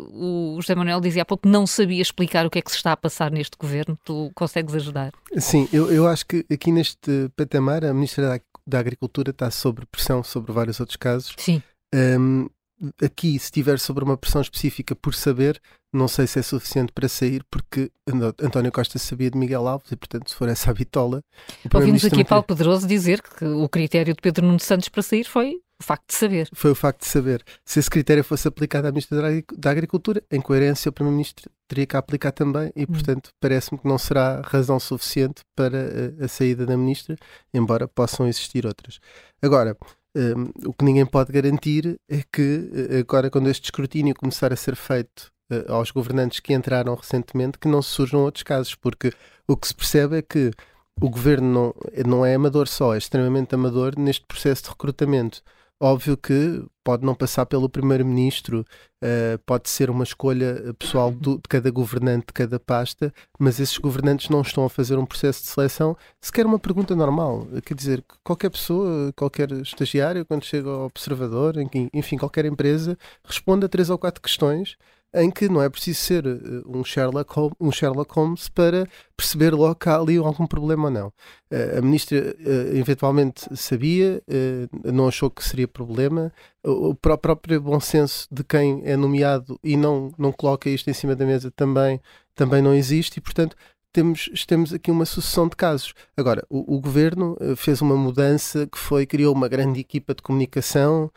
o José Manuel dizia há pouco que não sabia explicar o que é que se está a passar neste governo. Tu consegues ajudar? Sim, eu, eu acho que aqui neste patamar a ministra da da Agricultura está sob pressão sobre vários outros casos. Sim. Um, aqui, se estiver sobre uma pressão específica por saber, não sei se é suficiente para sair, porque António Costa sabia de Miguel Alves e, portanto, se for essa a bitola... Ouvimos aqui Paulo Pedroso dizer que o critério de Pedro Nuno Santos para sair foi o facto de saber. Foi o facto de saber. Se esse critério fosse aplicado à Ministra da Agricultura, em coerência, o Primeiro-Ministro teria que aplicar também e, portanto, hum. parece-me que não será razão suficiente para a, a saída da Ministra, embora possam existir outras. Agora, um, o que ninguém pode garantir é que, agora, quando este escrutínio começar a ser feito uh, aos governantes que entraram recentemente, que não surjam outros casos, porque o que se percebe é que o governo não, não é amador só, é extremamente amador neste processo de recrutamento. Óbvio que pode não passar pelo primeiro-ministro, uh, pode ser uma escolha pessoal do, de cada governante, de cada pasta, mas esses governantes não estão a fazer um processo de seleção, sequer uma pergunta normal. Quer dizer, qualquer pessoa, qualquer estagiário, quando chega ao Observador, enfim, qualquer empresa, responde a três ou quatro questões em que não é preciso ser uh, um, Sherlock Holmes, um Sherlock Holmes para perceber logo que há ali algum problema ou não. Uh, a ministra uh, eventualmente sabia, uh, não achou que seria problema. O, o próprio bom senso de quem é nomeado e não, não coloca isto em cima da mesa também, também não existe e, portanto, temos, temos aqui uma sucessão de casos. Agora, o, o governo uh, fez uma mudança que foi, criou uma grande equipa de comunicação,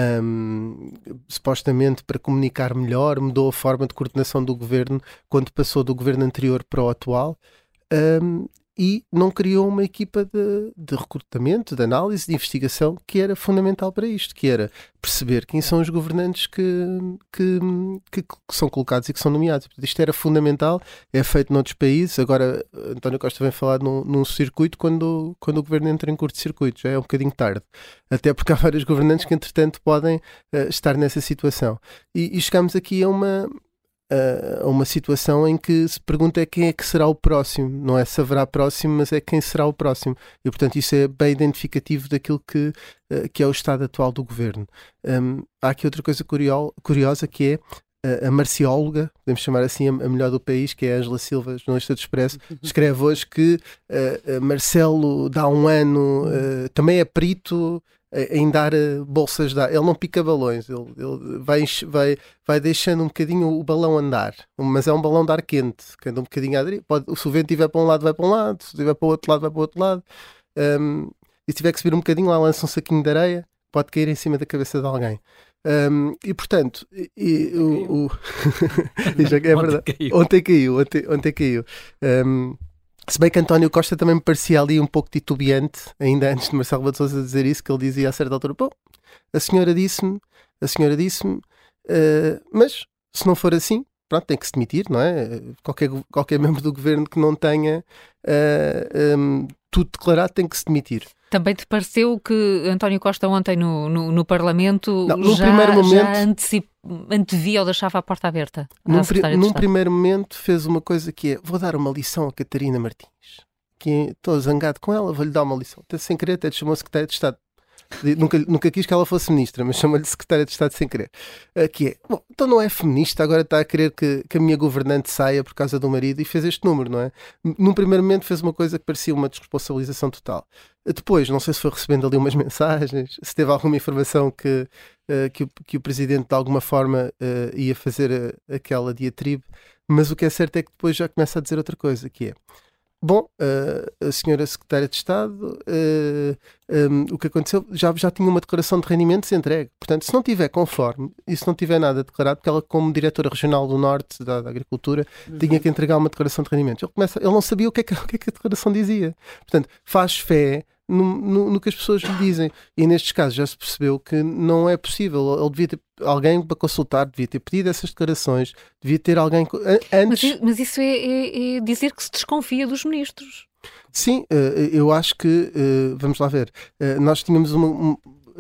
Um, supostamente para comunicar melhor, mudou a forma de coordenação do governo quando passou do governo anterior para o atual, um, e não criou uma equipa de, de recrutamento, de análise, de investigação que era fundamental para isto, que era perceber quem são os governantes que, que, que, que são colocados e que são nomeados. Isto era fundamental, é feito noutros países. Agora António Costa vem falar num, num circuito quando, quando o governo entra em curto-circuito, já é um bocadinho tarde, até porque há vários governantes que entretanto podem uh, estar nessa situação e, e chegamos aqui a uma a uma situação em que se pergunta é quem é que será o próximo, não é se haverá próximo, mas é quem será o próximo, e portanto isso é bem identificativo daquilo que, que é o estado atual do governo. Um, há aqui outra coisa curiosa que é a, a marcióloga, podemos chamar assim, a, a melhor do país, que é a Ângela Silva, jornalista do Expresso, escreve hoje que uh, uh, Marcelo dá um ano, uh, também é perito em dar bolsas de ar. Ele não pica balões, ele, ele vai, vai, vai deixando um bocadinho o balão andar, mas é um balão de ar quente, que anda um bocadinho a deriva. Pode, se o vento estiver para um lado vai para um lado, se estiver para o outro lado vai para o outro lado, um, e se tiver que subir um bocadinho lá lança um saquinho de areia, pode cair em cima da cabeça de alguém. Um, e portanto e, e, o, o... já, é verdade. Ontem caiu, ontem, ontem caiu. Um, Se bem que António Costa também me parecia ali um pouco titubeante, ainda antes de Marcelo Rebelo de Sousa dizer isso, que ele dizia a certa altura, pô, a senhora disse-me, a senhora disse-me, uh, mas se não for assim, pronto, tem que se demitir, não é? Qualquer, qualquer membro do governo que não tenha uh, um, tudo declarado tem que se demitir. Também te pareceu que António Costa ontem no, no, no Parlamento não, no já, primeiro momento, já antecip, antevia ou deixava a porta aberta? Num, pri, num primeiro momento fez uma coisa que é, vou dar uma lição a Catarina Martins, que estou zangado com ela, vou-lhe dar uma lição. Até sem querer, até te chamou secretária de Estado. Nunca, nunca quis que ela fosse ministra, mas chama-lhe secretária de Estado sem querer. Uh, que é, bom, então não é feminista, agora está a querer que, que a minha governante saia por causa do marido e fez este número, não é? Num primeiro momento fez uma coisa que parecia uma desresponsabilização total. Uh, depois, não sei se foi recebendo ali umas mensagens, se teve alguma informação que, uh, que, o, que o Presidente de alguma forma uh, ia fazer uh, aquela diatribe, mas o que é certo é que depois já começa a dizer outra coisa, que é, bom, uh, a senhora Secretária de Estado, uh, um, o que aconteceu, já, já tinha uma declaração de rendimentos entregue. Portanto, se não tiver conforme e se não tiver nada declarado, porque ela, como Diretora Regional do Norte da, da Agricultura, uhum. tinha que entregar uma declaração de rendimentos. Ele, começa, ele não sabia o que, é que, o que é que a declaração dizia. Portanto, faz fé no, no, no que as pessoas lhe dizem. E nestes casos já se percebeu que não é possível. Ele devia ter alguém para consultar, devia ter pedido essas declarações, devia ter alguém antes... Mas, mas isso é, é, é dizer que se desconfia dos ministros. Sim, eu acho que, vamos lá ver, nós tínhamos uma, um,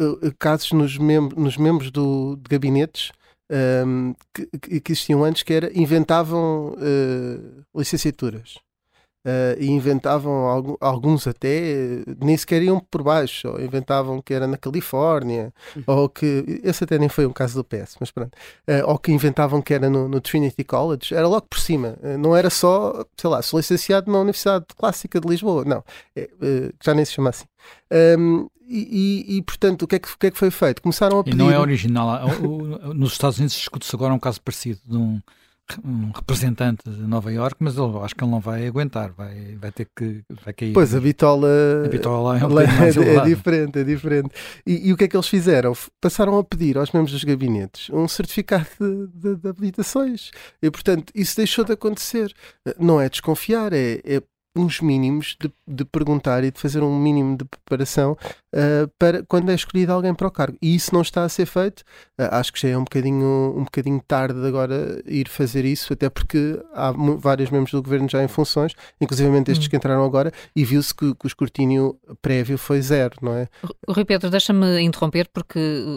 casos nos, mem nos membros do, de gabinetes um, que, que existiam antes, que era, inventavam uh, licenciaturas. Uh, e inventavam algum, alguns até nem sequer iam por baixo, ou inventavam que era na Califórnia, uhum. ou que, esse até nem foi um caso do P S, mas pronto, uh, ou que inventavam que era no, no Trinity College, era logo por cima, uh, não era só, sei lá, sou licenciado na Universidade Clássica de Lisboa, não, é, uh, já nem se chama assim. Um, e, e, e, portanto, o que, é que, o que é que foi feito? Começaram a pedir... E não é original, nos Estados Unidos discute-se agora um caso parecido de um um representante de Nova Iorque, mas eu acho que ele não vai aguentar, vai, vai ter que vai cair. Pois, a bitola, a bitola é, um é, é diferente, é diferente. E, e o que é que eles fizeram? Passaram a pedir aos membros dos gabinetes um certificado de, de, de habilitações. E, portanto, isso deixou de acontecer. Não é desconfiar, é, é uns mínimos de, de perguntar e de fazer um mínimo de preparação uh, para quando é escolhido alguém para o cargo. E isso não está a ser feito. Uh, acho que já é um bocadinho, um bocadinho tarde de agora ir fazer isso, até porque há vários membros do governo já em funções, inclusivamente estes hum. que entraram agora, e viu-se que, que o escrutínio prévio foi zero, não é? Rui Pedro, deixa-me interromper porque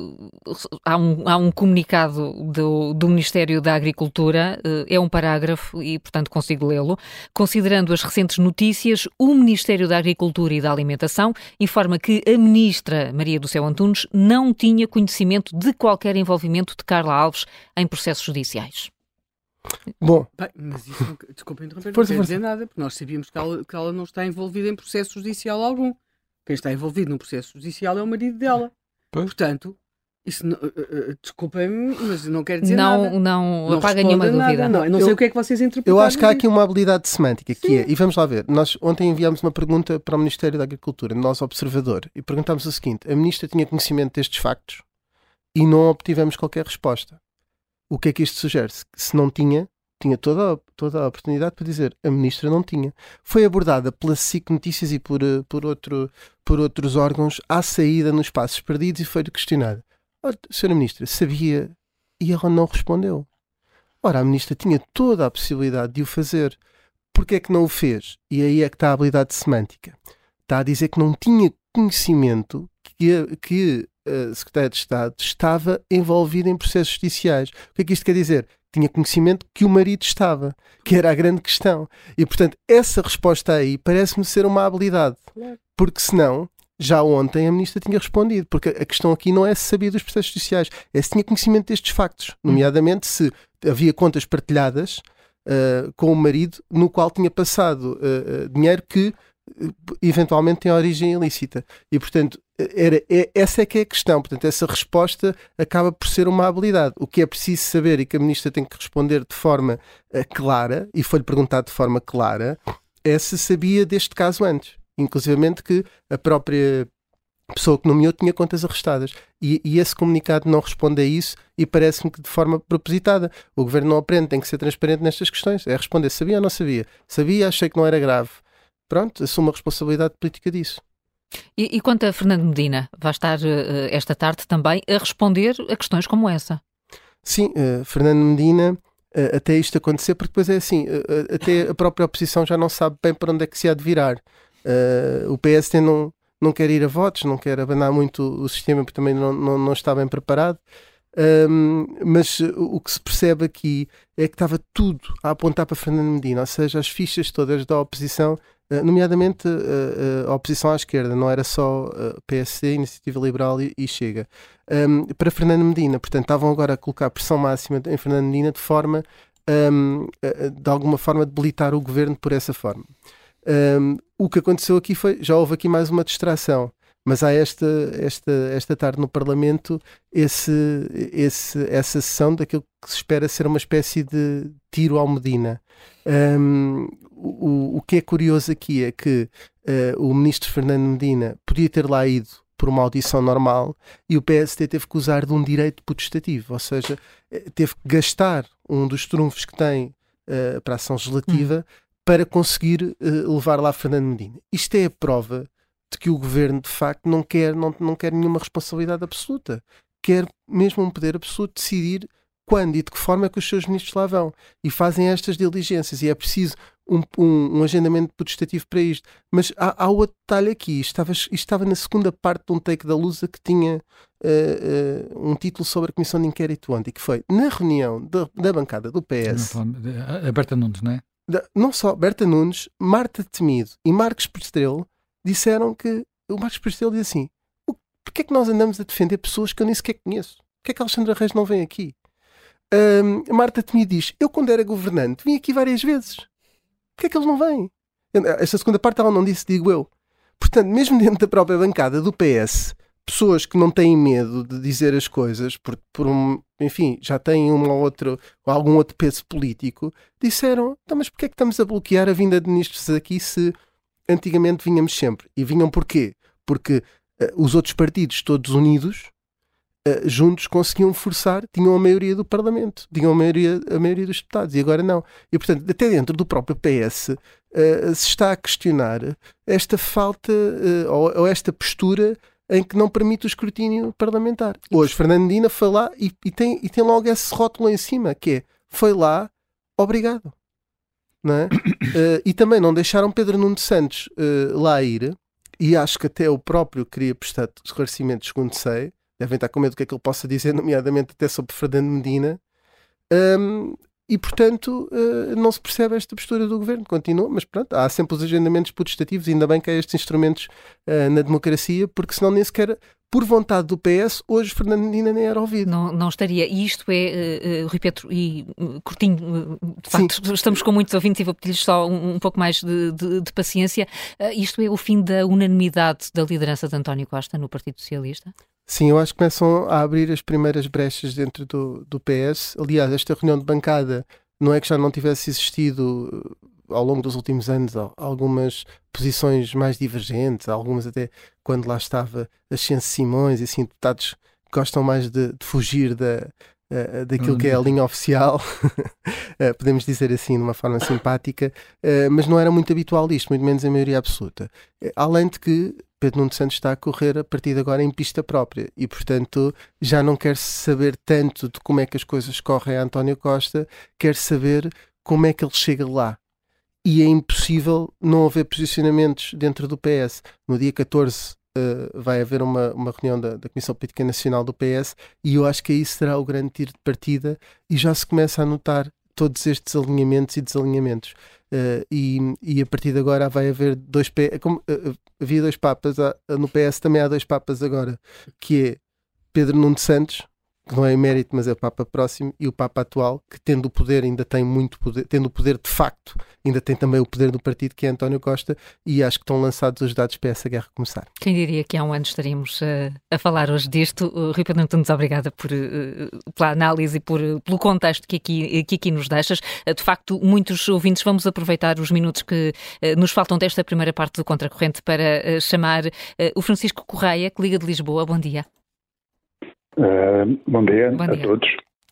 há um, há um comunicado do, do Ministério da Agricultura, é um parágrafo e, portanto, consigo lê-lo. Considerando as recentes notícias, o Ministério da Agricultura e da Alimentação informa que a ministra Maria do Céu Antunes não tinha conhecimento de qualquer envolvimento de Carla Alves em processos judiciais. Bom, Bem, mas isso, não, desculpa interromper, não quer dizer nada, porque nós sabíamos que ela, que ela não está envolvida em processo judicial algum. Quem está envolvido num processo judicial é o marido dela. Pois. Portanto, isso não, uh, uh, desculpem-me, mas não quer dizer não, nada. Não, não apaga nenhuma nada, dúvida. Não, eu não sei eu, o que é que vocês interpretaram. Eu acho que há disso. aqui uma habilidade semântica, que Sim. é, e vamos lá ver, nós ontem enviámos uma pergunta para o Ministério da Agricultura, nós observador, e perguntámos o seguinte, a ministra tinha conhecimento destes factos e não obtivemos qualquer resposta. O que é que isto sugere? Se não tinha, tinha toda a, toda a oportunidade para dizer, a ministra não tinha. Foi abordada pela S I C Notícias e por, por, outro, por outros órgãos à saída nos Passos Perdidos e foi questionada. Ora, senhora Ministra, sabia? E ela não respondeu. Ora, a Ministra tinha toda a possibilidade de o fazer. Porquê é que não o fez? E aí é que está a habilidade semântica. Está a dizer que não tinha conhecimento que a, que a Secretária de Estado estava envolvida em processos judiciais. O que é que isto quer dizer? Tinha conhecimento que o marido estava, que era a grande questão. E, portanto, essa resposta aí parece-me ser uma habilidade. Porque senão... já ontem a ministra tinha respondido, porque a questão aqui não é se sabia dos processos judiciais, é se tinha conhecimento destes factos, nomeadamente se havia contas partilhadas uh, com o marido, no qual tinha passado uh, dinheiro que uh, eventualmente tem origem ilícita. E, portanto, era, é, essa é que é a questão. Portanto, essa resposta acaba por ser uma habilidade. O que é preciso saber e que a ministra tem que responder de forma uh, clara, e foi-lhe perguntado de forma clara, é se sabia deste caso antes. Inclusivamente que a própria pessoa que nomeou tinha contas arrestadas. E, e esse comunicado não responde a isso e parece-me que de forma propositada. O governo não aprende, tem que ser transparente nestas questões. É responder, sabia ou não sabia? Sabia, achei que não era grave. Pronto, assumo a responsabilidade política disso. E, e quanto a Fernando Medina, vai estar uh, esta tarde também a responder a questões como essa? Sim, uh, Fernando Medina... Uh, até isto acontecer, porque depois é assim, uh, até a própria oposição já não sabe bem para onde é que se há de virar. Uh, o P S D não, não quer ir a votos, não quer abanar muito o sistema, porque também não, não, não está bem preparado. Um, mas o que se percebe aqui é que estava tudo a apontar para Fernando Medina, ou seja, as fichas todas da oposição, uh, nomeadamente uh, uh, a oposição à esquerda, não era só uh, P S D, Iniciativa Liberal e, e Chega, um, para Fernando Medina. Portanto, estavam agora a colocar pressão máxima em Fernando Medina de forma, um, uh, de alguma forma, debilitar o governo por essa forma. Um, o que aconteceu aqui foi, já houve aqui mais uma distração, mas há esta, esta, esta tarde no Parlamento esse, esse, essa sessão daquilo que se espera ser uma espécie de tiro ao Medina. Um, o, o que é curioso aqui é que uh, o ministro Fernando Medina podia ter lá ido por uma audição normal e o P S D teve que usar de um direito potestativo, ou seja, teve que gastar um dos trunfos que tem uh, para a ação legislativa hum. para conseguir uh, levar lá Fernando Medina. Isto é a prova de que o governo, de facto, não quer, não, não quer nenhuma responsabilidade absoluta. Quer mesmo um poder absoluto decidir quando e de que forma é que os seus ministros lá vão. E fazem estas diligências. E é preciso um, um, um agendamento potestativo para isto. Mas há, há outro detalhe aqui. Isto estava, isto estava na segunda parte de um take da Lusa que tinha uh, uh, um título sobre a Comissão de Inquérito ontem, que foi, na reunião da, da bancada do P S... A Berta Nunes, não é? Da, não só Berta Nunes, Marta Temido e Marcos Pestrelo disseram que o Marcos Pestrelo diz assim: porquê é que nós andamos a defender pessoas que eu nem sequer conheço? Porquê é que a Alexandra Reis não vem aqui? Um, a Marta Temido diz: eu quando era governante vim aqui várias vezes. Porquê é que eles não vêm? Esta segunda parte ela não disse, digo eu. Portanto, mesmo dentro da própria bancada do P S, pessoas que não têm medo de dizer as coisas, por, por um, enfim, já têm uma ou outra, ou algum outro peso político, disseram: então, mas porquê é que estamos a bloquear a vinda de ministros aqui se antigamente vinhamos sempre? E vinham porquê? Porque uh, os outros partidos, todos unidos, uh, juntos conseguiam forçar, tinham a maioria do Parlamento, tinham a maioria, a maioria dos deputados, e agora não. E, portanto, até dentro do próprio P S uh, se está a questionar esta falta, uh, ou, ou esta postura em que não permite o escrutínio parlamentar. Hoje, Fernando Medina foi lá e, e, tem, e tem logo esse rótulo em cima, que é: foi lá, obrigado. Não é? uh, e também não deixaram Pedro Nuno Santos uh, lá ir, e acho que até o próprio queria prestar esclarecimentos, segundo sei, devem estar com medo do que é que ele possa dizer, nomeadamente até sobre Fernando Medina, um, e portanto uh, não se percebe esta postura do governo, continua, mas pronto, há sempre os agendamentos potestativos, ainda bem que há estes instrumentos uh, na democracia, porque senão nem sequer, por vontade do P S, hoje Fernando Medina nem era ouvido. Não, não estaria. E isto é, uh, Rui Pedro, e uh, curtinho, uh, de facto, Sim. estamos com muitos ouvintes e vou pedir-lhes só um, um pouco mais de, de, de paciência. Uh, isto é o fim da unanimidade da liderança de António Costa no Partido Socialista? Sim, eu acho que começam a abrir as primeiras brechas dentro do, do P S. Aliás, esta reunião de bancada não é que já não tivesse existido ao longo dos últimos anos algumas posições mais divergentes, algumas até quando lá estava Ascenso Simões e assim, deputados que gostam mais de, de fugir da, uh, daquilo que é a linha oficial, uh, podemos dizer assim, de uma forma simpática, uh, mas não era muito habitual isto, muito menos em maioria absoluta. Uh, além de que Pedro Nuno Santos está a correr a partir de agora em pista própria e, portanto, já não quer saber tanto de como é que as coisas correm a António Costa, quer saber como é que ele chega lá. E é impossível não haver posicionamentos dentro do P S. No dia catorze uh, vai haver uma, uma reunião da, da Comissão Política Nacional do P S e eu acho que aí será o grande tiro de partida e já se começa a notar todos estes alinhamentos e desalinhamentos. Uh, e, e a partir de agora vai haver dois P... Como, uh, havia dois papas, uh, no P S também há dois papas agora, que é Pedro Nuno Santos, que não é emérito, mas é o Papa próximo, e o Papa atual, que tendo o poder, ainda tem muito poder, tendo o poder de facto, ainda tem também o poder do partido, que é António Costa, e acho que estão lançados os dados para essa guerra começar. Quem diria que há um ano estaríamos uh, a falar hoje disto. Uh, Rui Pedro Nunes, obrigada por, uh, pela análise e por, uh, pelo contexto que aqui, que aqui nos deixas. Uh, de facto, muitos ouvintes, vamos aproveitar os minutos que uh, nos faltam desta primeira parte do Contracorrente para uh, chamar uh, o Francisco Correia, que liga de Lisboa. Bom dia. Uh, bom dia, bom dia a todos.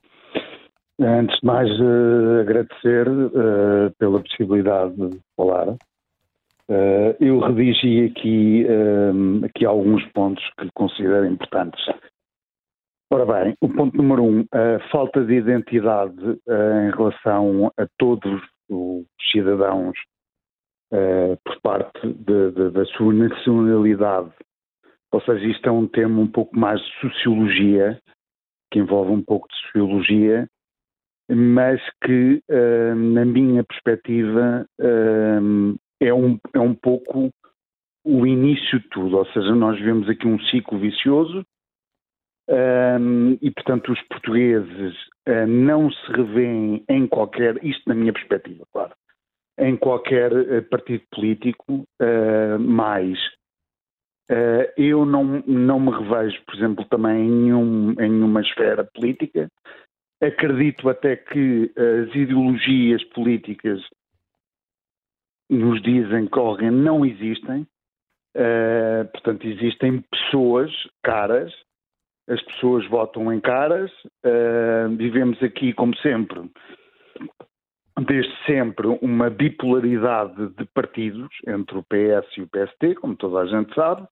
Antes de mais, uh, agradecer uh, pela possibilidade de falar. Uh, eu redigi aqui, uh, aqui alguns pontos que considero importantes. Ora bem, o ponto número um, a falta de identidade uh, em relação a todos os cidadãos uh, por parte de, de, da sua nacionalidade. Ou seja, isto é um tema um pouco mais de sociologia, que envolve um pouco de sociologia, mas que, uh, na minha perspectiva, uh, é, um, é um pouco o início de tudo. Ou seja, nós vemos aqui um ciclo vicioso uh, e, portanto, os portugueses uh, não se revêem em qualquer, isto na minha perspectiva, claro, em qualquer uh, partido político uh, mais... Uh, eu não, não me revejo, por exemplo, também em, nenhum, em nenhuma esfera política. Acredito até que as ideologias políticas nos dizem que correm não existem. Uh, portanto, existem pessoas caras, as pessoas votam em caras. Uh, vivemos aqui, como sempre, desde sempre, uma bipolaridade de partidos entre o P S e o P S T, como toda a gente sabe.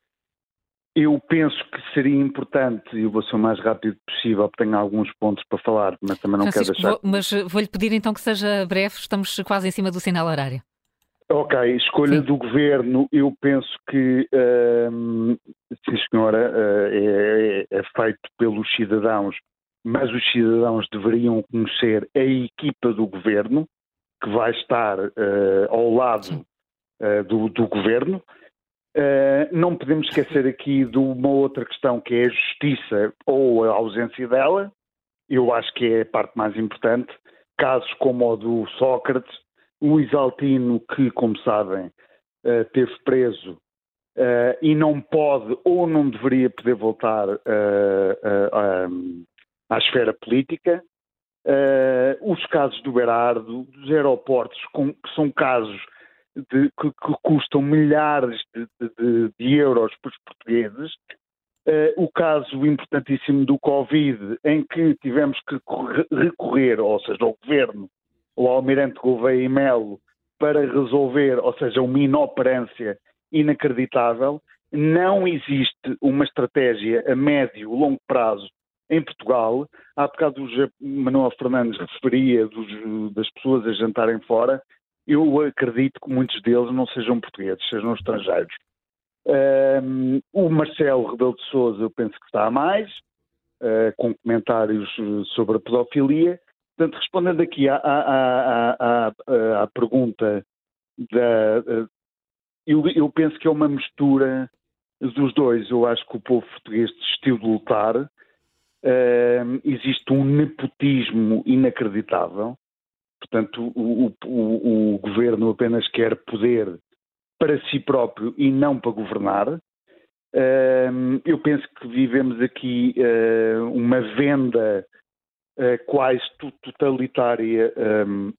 Eu penso que seria importante, e eu vou ser o mais rápido possível, porque tenho alguns pontos para falar, mas também não Francisco, quero deixar... Vou, mas vou-lhe pedir então que seja breve, estamos quase em cima do sinal horário. Ok, escolha Sim. do governo, eu penso que, hum, sim senhora, é, é feito pelos cidadãos, mas os cidadãos deveriam conhecer a equipa do governo, que vai estar uh, ao lado uh, do, do governo. Uh, não podemos esquecer aqui de uma outra questão, que é a justiça ou a ausência dela. Eu acho que é a parte mais importante. Casos como o do Sócrates, o Isaltino, que, como sabem, uh, teve preso uh, e não pode ou não deveria poder voltar uh, uh, um, à esfera política. Uh, os casos do Berardo, dos aeroportos, com, que são casos de, que, que custam milhares de, de, de euros para os portugueses. Uh, o caso importantíssimo do Covid, em que tivemos que recorrer, ou seja, ao Governo, ao Almirante Gouveia e Melo, para resolver, ou seja, uma inoperância inacreditável. Não existe uma estratégia a médio e longo prazo em Portugal. Há bocado o Manuel Fernandes referia dos, das pessoas a jantarem fora. Eu acredito que muitos deles não sejam portugueses, sejam estrangeiros. Um, o Marcelo Rebelo de Sousa, eu penso que está a mais, uh, com comentários sobre a pedofilia. Portanto, respondendo aqui à, à, à, à, à pergunta, da, eu, eu penso que é uma mistura dos dois. Eu acho que o povo português desistiu de lutar. Uh, existe um nepotismo inacreditável. Portanto, o, o, o, o governo apenas quer poder para si próprio e não para governar. Uh, eu penso que vivemos aqui uh, uma venda uh, quase totalitária um,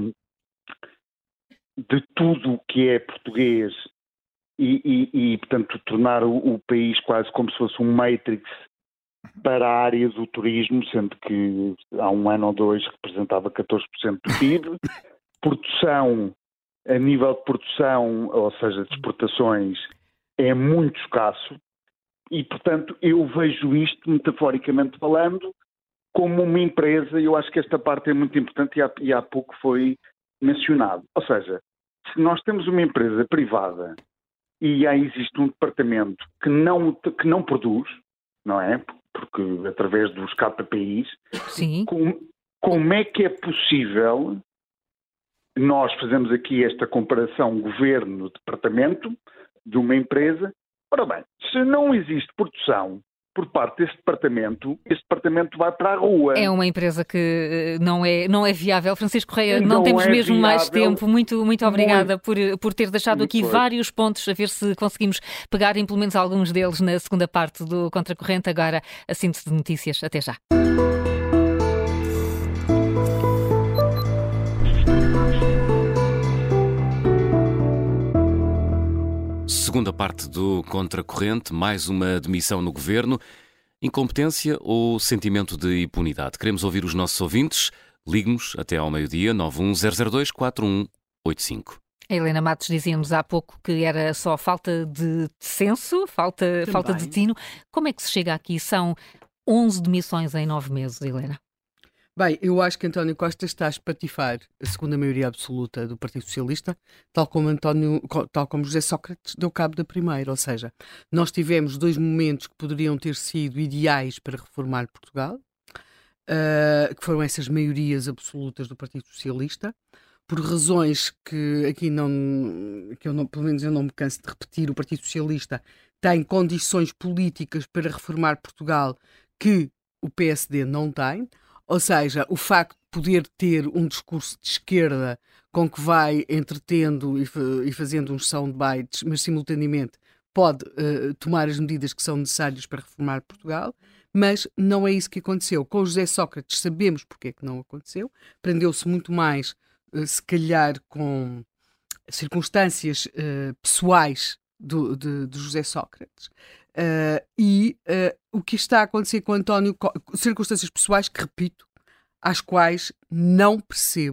de tudo o que é português e, e, e portanto, tornar o, o país quase como se fosse um Matrix para a área do turismo, sendo que há um ano ou dois representava catorze por cento do P I B. Produção, a nível de produção, ou seja, de exportações, é muito escasso e, portanto, eu vejo isto, metaforicamente falando, como uma empresa. Eu acho que esta parte é muito importante e há, e há pouco foi mencionado. Ou seja, se nós temos uma empresa privada e aí existe um departamento que não, que não produz, não é? Porque através dos K P Is, Sim. Com, como é que é possível nós fazemos aqui esta comparação governo-departamento de uma empresa? Ora bem, se não existe produção por parte desse departamento, esse departamento vai para a rua. É uma empresa que não é, não é viável. Francisco Correia, não, Não temos é mesmo mais viável. tempo. Muito, muito obrigada Muito. por, por ter deixado aqui Pois. vários pontos, a ver se conseguimos pegar em pelo menos alguns deles na segunda parte do Contracorrente. Agora, a síntese de notícias. Até já. Segunda parte do Contracorrente, mais uma demissão no governo. Incompetência ou sentimento de impunidade? Queremos ouvir os nossos ouvintes. Ligue-nos até ao meio-dia, nove um zero zero dois quatro um oito cinco. A Helena Matos dizia-nos há pouco que era só falta de senso, falta, falta de tino. Como é que se chega aqui? São onze demissões em nove meses, Helena. Bem, eu acho que António Costa está a espatifar a segunda maioria absoluta do Partido Socialista, tal como, António, tal como José Sócrates deu cabo da primeira. Ou seja, nós tivemos dois momentos que poderiam ter sido ideais para reformar Portugal, uh, que foram essas maiorias absolutas do Partido Socialista, por razões que aqui não, que eu não, pelo menos eu não me canso de repetir. O Partido Socialista tem condições políticas para reformar Portugal que o P S D não tem. Ou seja, o facto de poder ter um discurso de esquerda com que vai entretendo e, e fazendo uns soundbites, mas simultaneamente pode uh, tomar as medidas que são necessárias para reformar Portugal, mas não é isso que aconteceu. Com José Sócrates sabemos porque é que não aconteceu, prendeu-se muito mais, uh, se calhar, com circunstâncias uh, pessoais do, de, de José Sócrates. Uh, e uh, o que está a acontecer com António Costa, circunstâncias pessoais que, repito, às quais não percebo,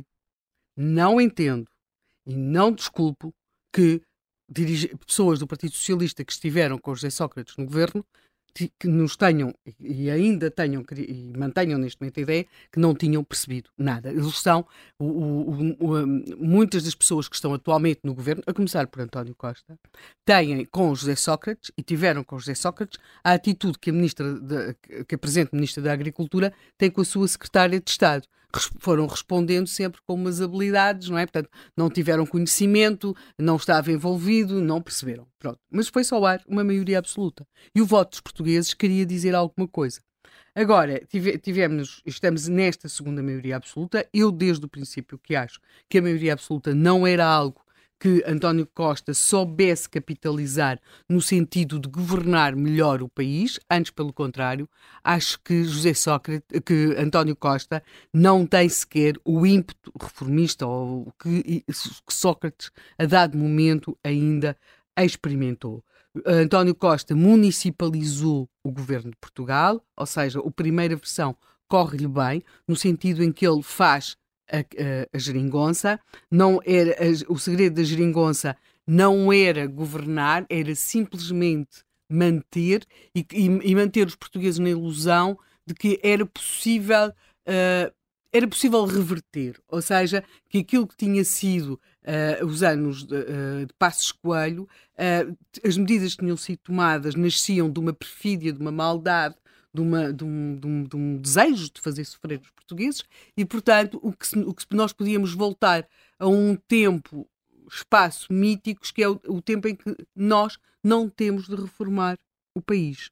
não entendo e não desculpo que dirige, pessoas do Partido Socialista que estiveram com José Sócrates no governo que nos tenham e ainda tenham e mantenham neste momento a ideia que não tinham percebido nada. Eles são o, o, o, muitas das pessoas que estão atualmente no governo, a começar por António Costa, têm com José Sócrates e tiveram com José Sócrates a atitude que a ministra de, que a presente ministra da Agricultura tem com a sua secretária de Estado. Foram respondendo sempre com umas habilidades, não é? Portanto, não tiveram conhecimento, não estava envolvido, não perceberam. Pronto. Mas foi só ar uma maioria absoluta. E o voto dos portugueses queria dizer alguma coisa. Agora, tive, tivemos, estamos nesta segunda maioria absoluta. Eu, desde o princípio, que acho que a maioria absoluta não era algo que António Costa soubesse capitalizar no sentido de governar melhor o país, antes pelo contrário, acho que José Sócrates, que António Costa não tem sequer o ímpeto reformista ou que, que Sócrates a dado momento ainda experimentou. António Costa municipalizou o governo de Portugal, ou seja, a primeira versão corre-lhe bem, no sentido em que ele faz A, a, a geringonça, não era, a, o segredo da geringonça não era governar, era simplesmente manter e, e, e manter os portugueses na ilusão de que era possível, uh, era possível reverter, ou seja, que aquilo que tinha sido uh, os anos de, uh, de Passos Coelho, uh, as medidas que tinham sido tomadas nasciam de uma perfídia, de uma maldade, De, uma, de, um, de, um, de um desejo de fazer sofrer os portugueses e, portanto, o que, se, o que nós podíamos voltar a um tempo, espaço míticos, que é o, o tempo em que nós não temos de reformar o país.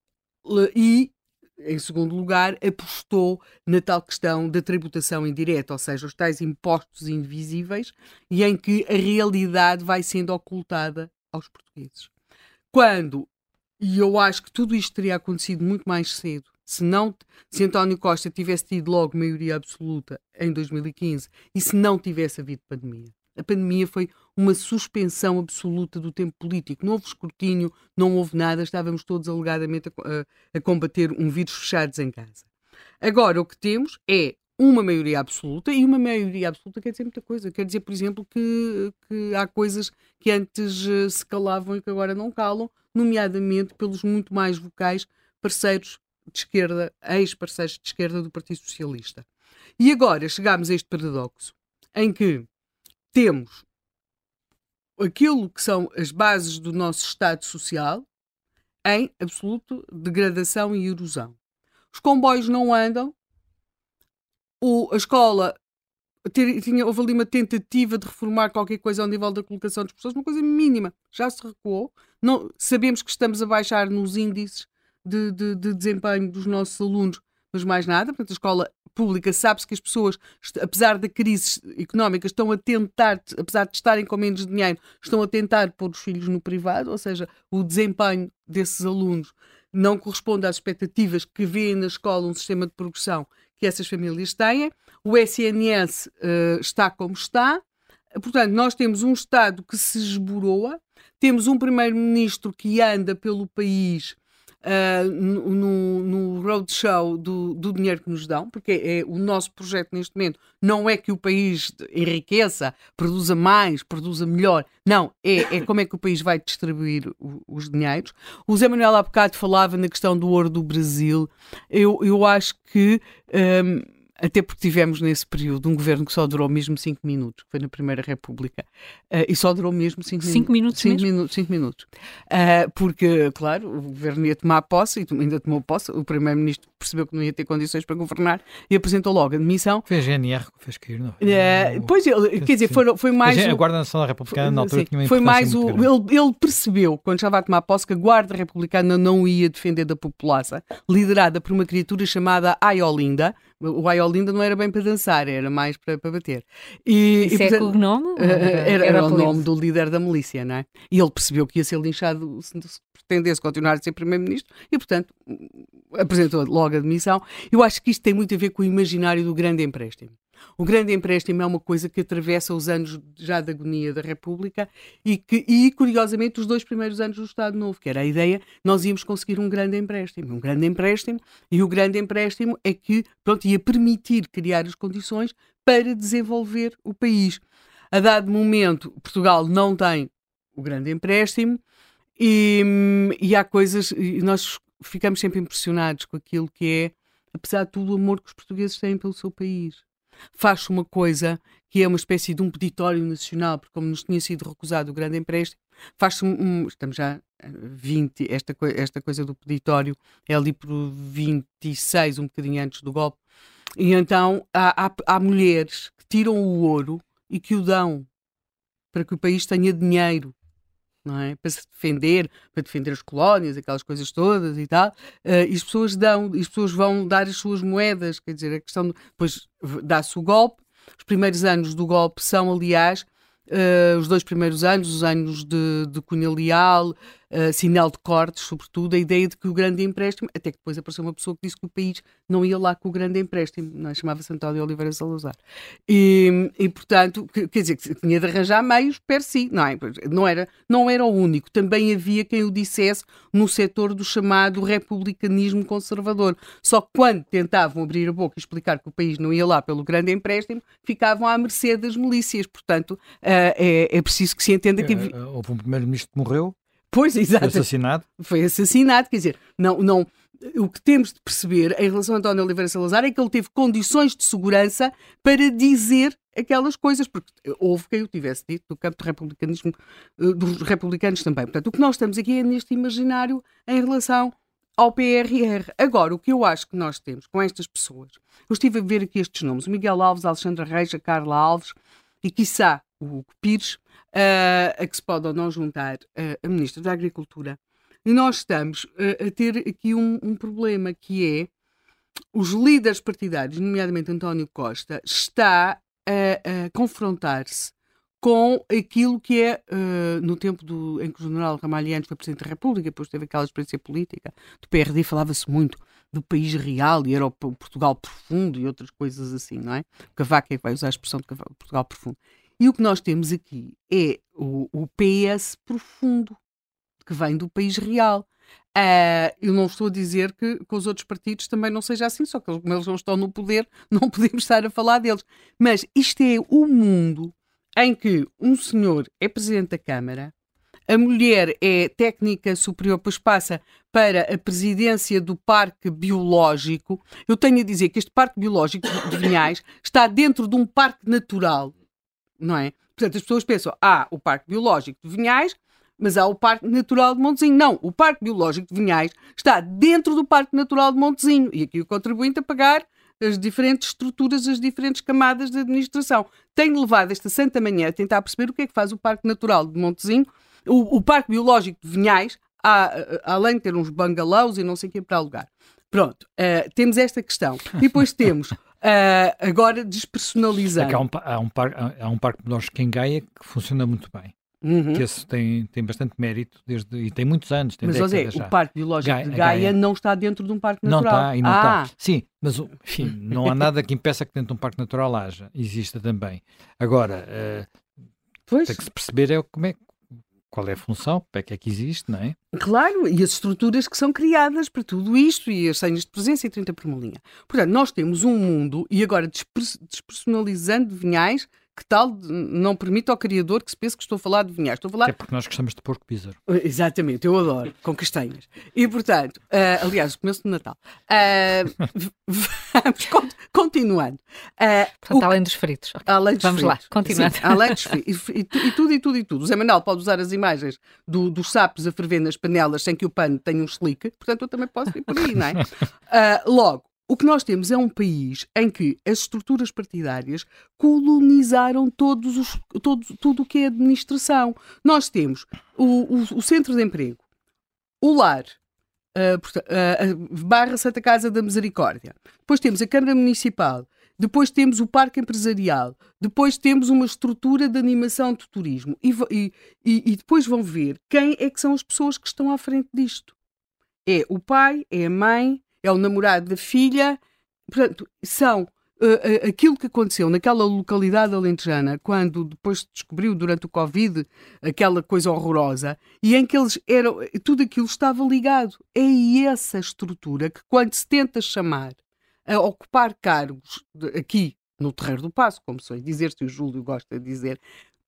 E, em segundo lugar, apostou na tal questão da tributação indireta, ou seja, os tais impostos invisíveis, e em que a realidade vai sendo ocultada aos portugueses. Quando E eu acho que tudo isto teria acontecido muito mais cedo se, não, se António Costa tivesse tido logo maioria absoluta em dois mil e quinze e se não tivesse havido pandemia. A pandemia foi uma suspensão absoluta do tempo político. Não houve escrutínio, não houve nada, estávamos todos alegadamente a, a, a combater um vírus fechados em casa. Agora o que temos é uma maioria absoluta, e uma maioria absoluta quer dizer muita coisa. Quer dizer, por exemplo, que, que há coisas que antes uh, se calavam e que agora não calam, nomeadamente pelos muito mais vocais parceiros de esquerda, ex-parceiros de esquerda do Partido Socialista. E agora chegámos a este paradoxo, em que temos aquilo que são as bases do nosso Estado Social em absoluta degradação e erosão. Os comboios não andam, o, a escola ter, tinha, houve ali uma tentativa de reformar qualquer coisa ao nível da colocação das pessoas, uma coisa mínima, já se recuou. Não, sabemos que estamos a baixar nos índices de, de, de desempenho dos nossos alunos, mas mais nada. Portanto, a escola pública sabe-se que as pessoas, apesar da crise económica, estão a tentar, apesar de estarem com menos dinheiro, estão a tentar pôr os filhos no privado, ou seja, o desempenho desses alunos não corresponde às expectativas que vêem na escola um sistema de progressão que essas famílias têm. O S N S uh, está como está. Portanto, nós temos um Estado que se esboroa, temos um primeiro-ministro que anda pelo país uh, no, no, no roadshow do, do dinheiro que nos dão, porque é, é o nosso projeto neste momento não é que o país enriqueça, produza mais, produza melhor. Não, é, é como é que o país vai distribuir o, os dinheiros. O Zé Manuel há bocado falava na questão do ouro do Brasil. Eu, eu acho que... Um, até porque tivemos nesse período um governo que só durou mesmo cinco minutos, que foi na Primeira República, uh, e só durou mesmo cinco minutos. cinco minutos cinco minutos. Uh, porque, claro, o governo ia tomar posse, e ainda tomou posse, o primeiro-ministro percebeu que não ia ter condições para governar e apresentou logo a demissão. Foi a G N R que fez cair, não? Uh, pois, ele, quer dizer, foi, foi mais... A, o... a Guarda Nacional Republicana, na altura, sim, tinha uma foi mais o, muito ele, ele percebeu, quando estava a tomar posse, que a Guarda Republicana não ia defender da população, liderada por uma criatura chamada Aiolinda. O Aiolinda não era bem para dançar, era mais para, para bater. E, Isso e, é portanto, cognome? Era, era, era o nome do líder da milícia, não é? E ele percebeu que ia ser linchado se, se pretendesse continuar a ser primeiro-ministro e, portanto, apresentou logo a demissão. Eu acho que isto tem muito a ver com o imaginário do grande empréstimo. O grande empréstimo é uma coisa que atravessa os anos já da agonia da República e, que, e curiosamente, os dois primeiros anos do Estado Novo, que era a ideia, nós íamos conseguir um grande empréstimo. Um grande empréstimo, e o grande empréstimo é que, pronto, ia permitir criar as condições para desenvolver o país. A dado momento, Portugal não tem o grande empréstimo e, e há coisas, e nós ficamos sempre impressionados com aquilo que é, apesar de tudo, o amor que os portugueses têm pelo seu país. Faz-se uma coisa que é uma espécie de um peditório nacional, porque como nos tinha sido recusado o grande empréstimo, faz-se um, um estamos já vinte, esta, esta coisa do peditório é ali por vinte e seis, um bocadinho antes do golpe, e então há, há, há mulheres que tiram o ouro e que o dão para que o país tenha dinheiro, não é? Para se defender, para defender as colónias, aquelas coisas todas e tal, uh, e as pessoas dão, e as pessoas vão dar as suas moedas, quer dizer, a questão, de, depois dá-se o golpe, os primeiros anos do golpe são, aliás, uh, os dois primeiros anos, os anos de, de Cunha Leal, uh, sinal de cortes, sobretudo, a ideia de que o grande empréstimo, até que depois apareceu uma pessoa que disse que o país não ia lá com o grande empréstimo, não é? Chamava-se António Oliveira Salazar. E, e portanto, que, quer dizer, que tinha de arranjar meios per si, não é? Não era, não era o único, também havia quem o dissesse no setor do chamado republicanismo conservador. Só que quando tentavam abrir a boca e explicar que o país não ia lá pelo grande empréstimo, ficavam à mercê das milícias. Portanto, uh, é, é preciso que se entenda que... É, houve um primeiro-ministro que morreu. Pois, exato. Foi assassinado. Foi assassinado, quer dizer, não, não, o que temos de perceber em relação a António Oliveira Salazar é que ele teve condições de segurança para dizer aquelas coisas, porque houve quem o tivesse dito do campo do republicanismo, dos republicanos também. Portanto, o que nós estamos aqui é neste imaginário em relação ao P R R. Agora, o que eu acho que nós temos com estas pessoas, eu estive a ver aqui estes nomes, o Miguel Alves, a Alexandra Reis, a Carla Alves e, quiçá, o Hugo Pires, Uh, a que se pode ou não juntar uh, a Ministra da Agricultura. E nós estamos uh, a ter aqui um, um problema, que é os líderes partidários, nomeadamente António Costa, está a, a confrontar-se com aquilo que é, uh, no tempo do, em que o general Ramalhianos foi Presidente da República, depois teve aquela experiência política, do P R D falava-se muito do país real e era o Portugal profundo e outras coisas assim, não é? O Cavaco é que vai usar a expressão de Portugal profundo. E o que nós temos aqui é o, o P S profundo, que vem do país real. Uh, eu não estou a dizer que com os outros partidos também não seja assim, só que como eles não estão no poder, não podemos estar a falar deles. Mas isto é o mundo em que um senhor é Presidente da Câmara, a mulher é técnica superior, pois passa para a presidência do Parque Biológico. Eu tenho a dizer que este Parque Biológico de Vinhais está dentro de um parque natural. Não é? Portanto, as pessoas pensam, há o Parque Biológico de Vinhais, mas há o Parque Natural de Montezinho. Não, o Parque Biológico de Vinhais está dentro do Parque Natural de Montezinho. E aqui o contribuinte a pagar as diferentes estruturas, as diferentes camadas de administração. Tenho levado esta santa manhã a tentar perceber o que é que faz o Parque Natural de Montezinho, o, o Parque Biológico de Vinhais, a, a, além de ter uns bangalôs e não sei o que para alugar. Pronto, uh, temos esta questão. E depois temos, uh, agora despersonalizando. É que há, um, há, um par, há um Parque Biológico em Gaia que funciona muito bem. Uhum. Que esse tem, tem bastante mérito desde, e tem muitos anos. Tem mas, José, já. o Parque Biológico Gaia, de Gaia, Gaia não está dentro de um parque não natural. Não está, e não ah. está. Sim, mas enfim, não há nada que impeça que dentro de um parque natural haja. Exista também. Agora, uh, pois. tem que se perceber é como é, qual é a função, para que é que existe, não é? Claro, e as estruturas que são criadas para tudo isto, e as senhas de presença e trinta por uma linha. Portanto, nós temos um mundo, e agora despersonalizando Vinhais, que tal não permite ao criador que se pense que estou a falar de Vinhais. Estou a falar... É porque nós gostamos de porco bízaro. Exatamente, eu adoro, com castanhas. E, portanto, uh, aliás, o começo do Natal. Uh, vamos continuando. Uh, portanto, o... além dos fritos. Okay. Além dos vamos fritos. lá, continuando. Sim, além dos fritos. E, e, e tudo, e tudo, e tudo. O Zé Manuel pode usar as imagens do, dos sapos a ferver nas panelas sem que o pano tenha um slick, portanto, eu também posso ir por aí, não é? Uh, logo, o que nós temos é um país em que as estruturas partidárias colonizaram todos os, todos, tudo o que é administração. Nós temos o, o, o Centro de Emprego, o Lar, uh, uh, barra Santa Casa da Misericórdia. Depois temos a Câmara Municipal. Depois temos o Parque Empresarial. Depois temos uma estrutura de animação de turismo. E, e, e depois vão ver quem é que são as pessoas que estão à frente disto. É o pai, é a mãe, é o namorado da filha. Portanto, são uh, aquilo que aconteceu naquela localidade alentejana, quando depois se descobriu durante o Covid aquela coisa horrorosa, e em que eles eram, tudo aquilo estava ligado. É essa estrutura que, quando se tenta chamar a ocupar cargos de, aqui no Terreiro do Paço, como sei dizer-se, o Júlio gosta de dizer,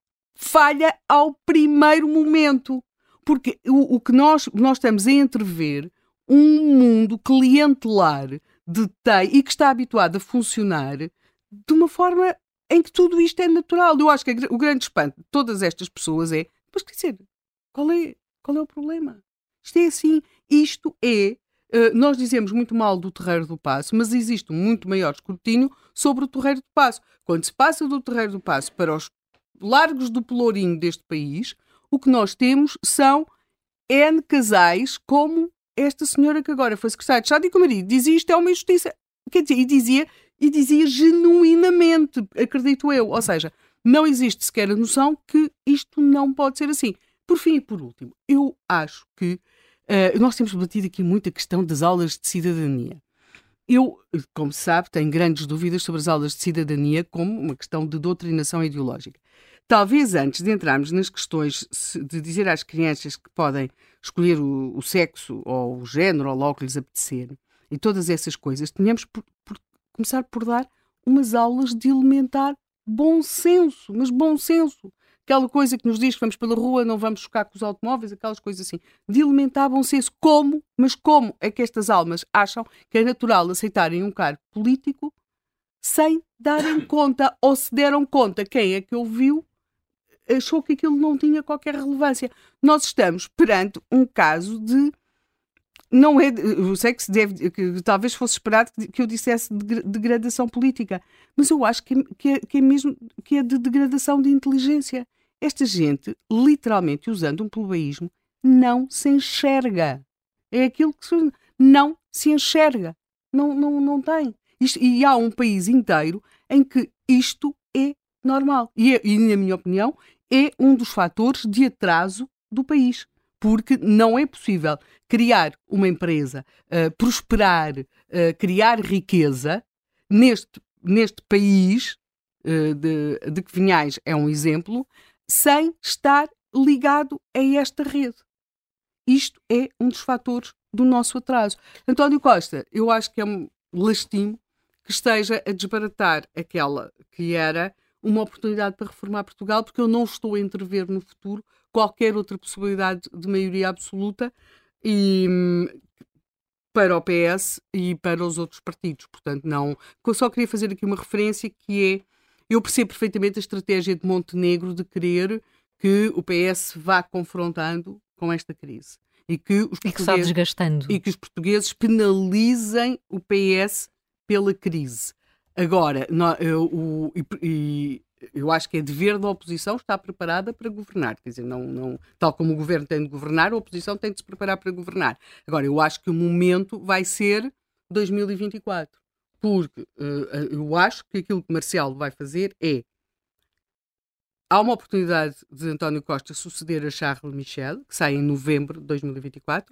falha ao primeiro momento. Porque o, o que nós, nós estamos a entrever um mundo clientelar de T E I e que está habituado a funcionar de uma forma em que tudo isto é natural. Eu acho que o grande espanto de todas estas pessoas é, mas quer dizer, qual é, qual é o problema? Isto é assim, isto é, uh, nós dizemos muito mal do Terreiro do Paço, mas existe um muito maior escrutínio sobre o Terreiro do Paço. Quando se passa do Terreiro do Paço para os largos do Pelourinho deste país, o que nós temos são N casais como esta senhora que agora foi secretária de Estado e que o marido dizia isto é uma injustiça. Quer dizer, e dizia, e dizia genuinamente, acredito eu. Ou seja, não existe sequer a noção que isto não pode ser assim. Por fim e por último, eu acho que uh, nós temos debatido aqui muito a questão das aulas de cidadania. Eu, como se sabe, tenho grandes dúvidas sobre as aulas de cidadania como uma questão de doutrinação ideológica. Talvez antes de entrarmos nas questões de dizer às crianças que podem escolher o, o sexo ou o género ou logo que lhes apetecer e todas essas coisas, tenhamos por, por começar por dar umas aulas de elementar bom senso, mas bom senso. Aquela coisa que nos diz que vamos pela rua, não vamos chocar com os automóveis, aquelas coisas assim. De elementar bom senso. Como? Mas como é que estas almas acham que é natural aceitarem um cargo político sem darem conta ou se deram conta quem é que ouviu achou que aquilo não tinha qualquer relevância. Nós estamos perante um caso de... Não é... Eu sei que, se deve, que talvez fosse esperado que eu dissesse de degradação política, mas eu acho que é, que é, que é mesmo que é de degradação de inteligência. Esta gente, literalmente, usando um plebeísmo, não se enxerga. É aquilo que se... Não se enxerga. Não, não, não tem. Isto, e há um país inteiro em que isto é normal. E, é, e, na minha opinião, é um dos fatores de atraso do país. Porque não é possível criar uma empresa, uh, prosperar, uh, criar riqueza neste, neste país, uh, de, de que Vinhais é um exemplo, sem estar ligado a esta rede. Isto é um dos fatores do nosso atraso. António Costa, eu acho que é um lastimo que esteja a desbaratar aquela que era uma oportunidade para reformar Portugal, porque eu não estou a entrever no futuro qualquer outra possibilidade de maioria absoluta e, para o P S e para os outros partidos. Portanto, não. Eu só queria fazer aqui uma referência que é, eu percebo perfeitamente a estratégia de Montenegro de querer que o P S vá confrontando com esta crise. E que os e que está desgastando. E que os portugueses penalizem o P S pela crise. Agora, não, eu, o, e, eu acho que é dever da oposição estar preparada para governar. Quer dizer, não, não, tal como o governo tem de governar, a oposição tem de se preparar para governar. Agora, eu acho que o momento vai ser dois mil e vinte e quatro. Porque uh, eu acho que aquilo que Marcelo vai fazer é... Há uma oportunidade de António Costa suceder a Charles Michel, que sai em novembro de dois mil e vinte e quatro.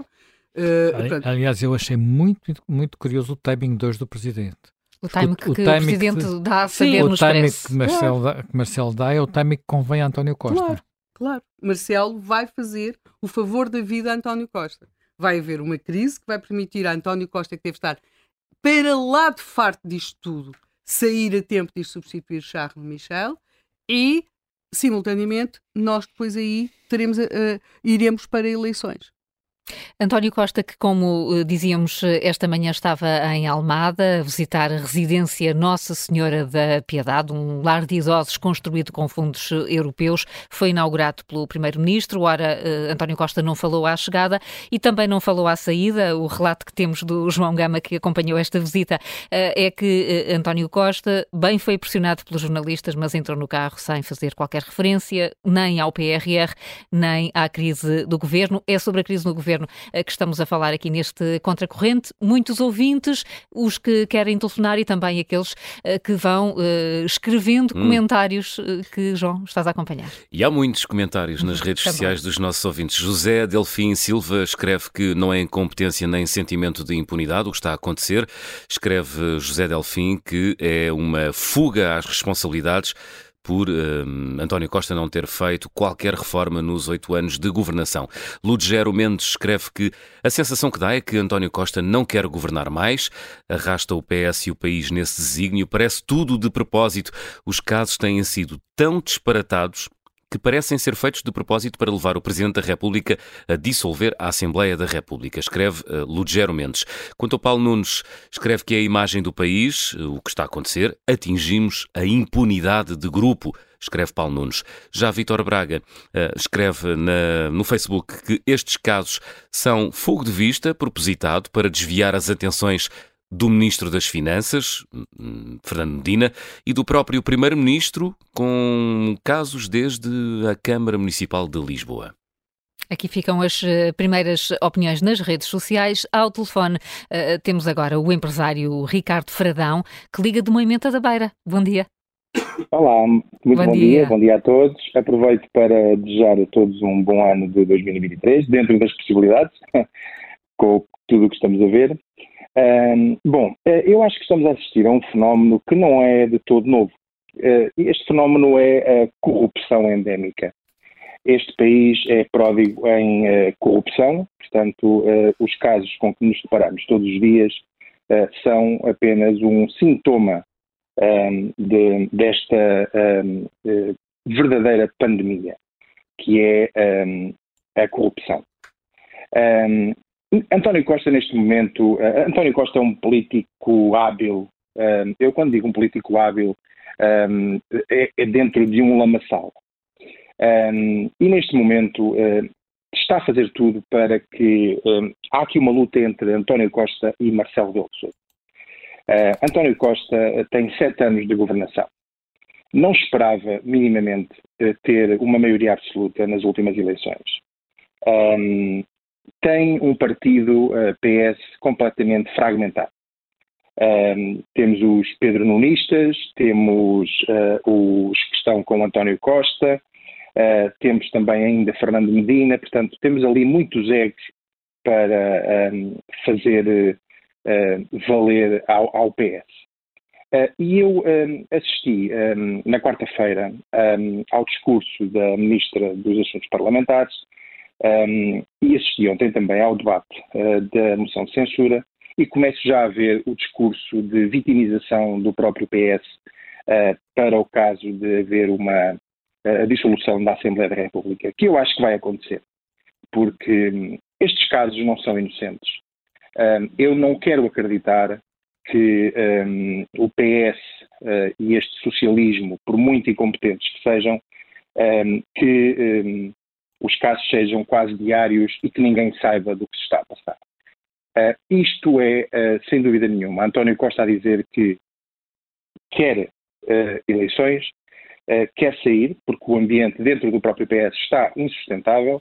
Uh, Aliás, eu achei muito, muito curioso o timing de hoje do Presidente. O timing que o, o, o Presidente que, dá a saber sim, no Expresso. O timing que Marcelo, claro. dá, que Marcelo dá é o timing que convém a António Costa. Claro, claro. Marcelo vai fazer o favor da vida a António Costa. Vai haver uma crise que vai permitir a António Costa, que deve estar para lá de farto disto tudo, sair a tempo de substituir Charles Michel e, simultaneamente, nós depois aí teremos, uh, iremos para eleições. António Costa, que como dizíamos esta manhã estava em Almada a visitar a residência Nossa Senhora da Piedade, um lar de idosos construído com fundos europeus, foi inaugurado pelo Primeiro-Ministro. Ora, António Costa não falou à chegada e também não falou à saída. O relato que temos do João Gama, que acompanhou esta visita, é que António Costa bem foi pressionado pelos jornalistas, mas entrou no carro sem fazer qualquer referência nem ao P R R, nem à crise do governo. É sobre a crise do governo que estamos a falar aqui neste Contracorrente. Muitos ouvintes, os que querem telefonar e também aqueles que vão uh, escrevendo hum. comentários que, João, estás a acompanhar. E há muitos comentários nas redes tá sociais dos nossos ouvintes. José Delfim Silva escreve que não é incompetência nem sentimento de impunidade o que está a acontecer. Escreve José Delfim que é uma fuga às responsabilidades por uh, António Costa não ter feito qualquer reforma nos oito anos de governação. Ludgero Mendes escreve que a sensação que dá é que António Costa não quer governar mais, arrasta o P S e o país nesse desígnio, parece tudo de propósito. Os casos têm sido tão disparatados que parecem ser feitos de propósito para levar o Presidente da República a dissolver a Assembleia da República, escreve uh, Ludgero Mendes. Quanto ao Paulo Nunes, escreve que é a imagem do país, uh, o que está a acontecer, atingimos a impunidade de grupo, escreve Paulo Nunes. Já Vítor Braga uh, escreve na, no Facebook que estes casos são fogo de vista propositado para desviar as atenções do Ministro das Finanças, Fernando Medina, e do próprio Primeiro-Ministro, com casos desde a Câmara Municipal de Lisboa. Aqui ficam as primeiras opiniões nas redes sociais. Ao telefone uh, temos agora o empresário Ricardo Fradão, que liga de Moimenta da Beira. Bom dia. Olá, muito bom, bom dia. dia, bom dia a todos. Aproveito para desejar a todos um bom ano de dois mil e vinte e três, dentro das possibilidades, com tudo o que estamos a ver. Um, bom, eu acho que estamos a assistir a um fenómeno que não é de todo novo. Uh, este fenómeno é a corrupção endémica. Este país é pródigo em uh, corrupção, portanto, uh, os casos com que nos deparamos todos os dias uh, são apenas um sintoma um, de, desta um, uh, verdadeira pandemia, que é um, a corrupção. Um, António Costa, neste momento, uh, António Costa é um político hábil. Uh, eu, quando digo um político hábil, um, é, é dentro de um lamaçal. Um, e, neste momento, uh, está a fazer tudo para que... Um, há aqui uma luta entre António Costa e Marcelo Rebelo de Sousa. Uh, António Costa tem sete anos de governação. Não esperava, minimamente, uh, ter uma maioria absoluta nas últimas eleições. Um, tem um partido uh, P S completamente fragmentado. Um, temos os Pedro Nunistas, temos uh, os que estão com António Costa, uh, temos também ainda Fernando Medina, portanto temos ali muitos egos para um, fazer uh, valer ao, ao P S. Uh, e eu um, assisti um, na quarta-feira um, ao discurso da Ministra dos Assuntos Parlamentares, Um, e assisti ontem também ao debate uh, da moção de censura e começo já a ver o discurso de vitimização do próprio P S uh, para o caso de haver uma uh, dissolução da Assembleia da República, que eu acho que vai acontecer, porque um, estes casos não são inocentes. Um, eu não quero acreditar que um, o P S uh, e este socialismo, por muito incompetentes que sejam, um, que... Um, os casos sejam quase diários e que ninguém saiba do que se está a passar. Uh, isto é, uh, sem dúvida nenhuma, António Costa a dizer que quer uh, eleições, uh, quer sair, porque o ambiente dentro do próprio P S está insustentável,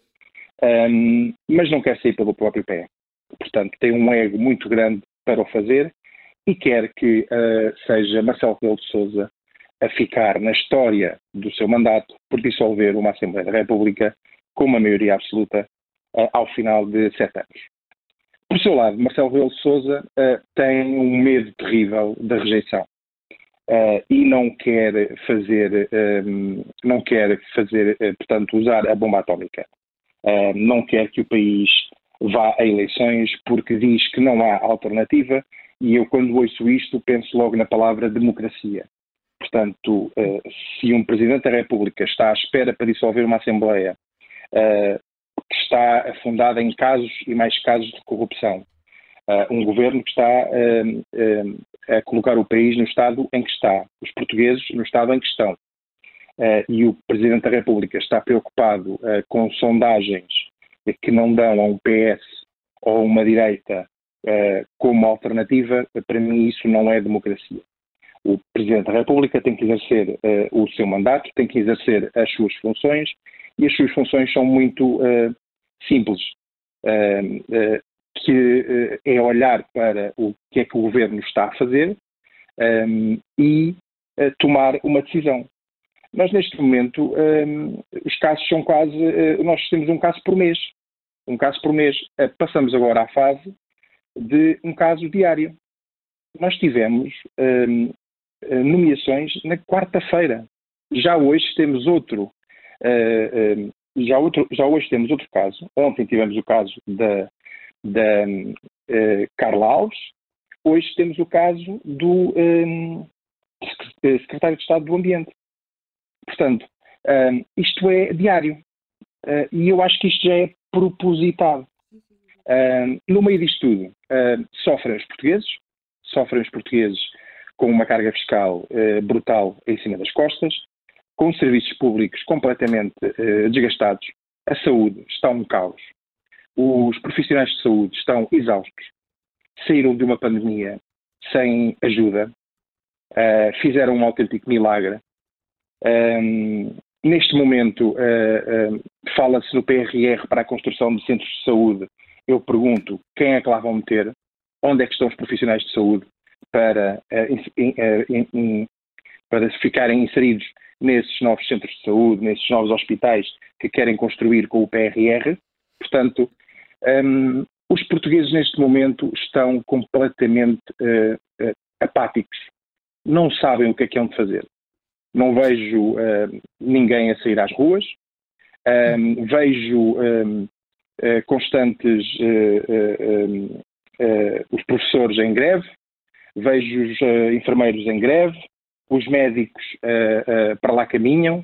um, mas não quer sair pelo próprio P S. Portanto, tem um ego muito grande para o fazer e quer que uh, seja Marcelo Rebelo de Sousa a ficar na história do seu mandato por dissolver uma Assembleia da República com uma maioria absoluta uh, ao final de sete anos. Por seu lado, Marcelo Rebelo de Sousa uh, tem um medo terrível da rejeição uh, e não quer fazer, um, não quer fazer, uh, portanto, usar a bomba atómica. Uh, não quer que o país vá a eleições porque diz que não há alternativa e eu, quando ouço isto, penso logo na palavra democracia. Portanto, uh, se um Presidente da República está à espera para dissolver uma Assembleia uh, que está afundada em casos e mais casos de corrupção, uh, um governo que está uh, uh, a colocar o país no estado em que está, os portugueses no estado em que estão, uh, e o Presidente da República está preocupado uh, com sondagens que não dão a um P S ou a uma direita uh, como alternativa, para mim isso não é democracia. O Presidente da República tem que exercer uh, o seu mandato, tem que exercer as suas funções, e as suas funções são muito uh, simples, uh, uh, que uh, é olhar para o que é que o Governo está a fazer um, e uh, tomar uma decisão. Nós, neste momento, um, os casos são quase, uh, nós temos um caso por mês. Um caso por mês. Uh, passamos agora à fase de um caso diário. Nós tivemos um, nomeações na quarta-feira. Já hoje temos outro, uh, uh, já, outro, já hoje temos outro caso. Ontem tivemos o caso da, da uh, Carla Alves. Hoje temos o caso do um, Secretário de Estado do Ambiente. Portanto, um, isto é diário. Uh, e eu acho que isto já é propositado. Uh, no meio disto tudo, uh, sofrem os portugueses, sofrem os portugueses com uma carga fiscal uh, brutal em cima das costas, com serviços públicos completamente uh, desgastados, a saúde está um caos, os profissionais de saúde estão exaustos, saíram de uma pandemia sem ajuda, uh, fizeram um autêntico milagre. Um, neste momento, uh, uh, fala-se no P R R para a construção de centros de saúde. Eu pergunto, quem é que lá vão meter? Onde é que estão os profissionais de saúde para, uh, in, uh, in, in, para ficarem inseridos nesses novos centros de saúde, nesses novos hospitais que querem construir com o P R R? Portanto, um, os portugueses neste momento estão completamente uh, uh, apáticos. Não sabem o que é que hão de fazer. Não vejo uh, ninguém a sair às ruas. Um, vejo um, uh, constantes uh, uh, um, uh, os professores em greve. Vejo os uh, enfermeiros em greve. Os médicos uh, uh, para lá caminham.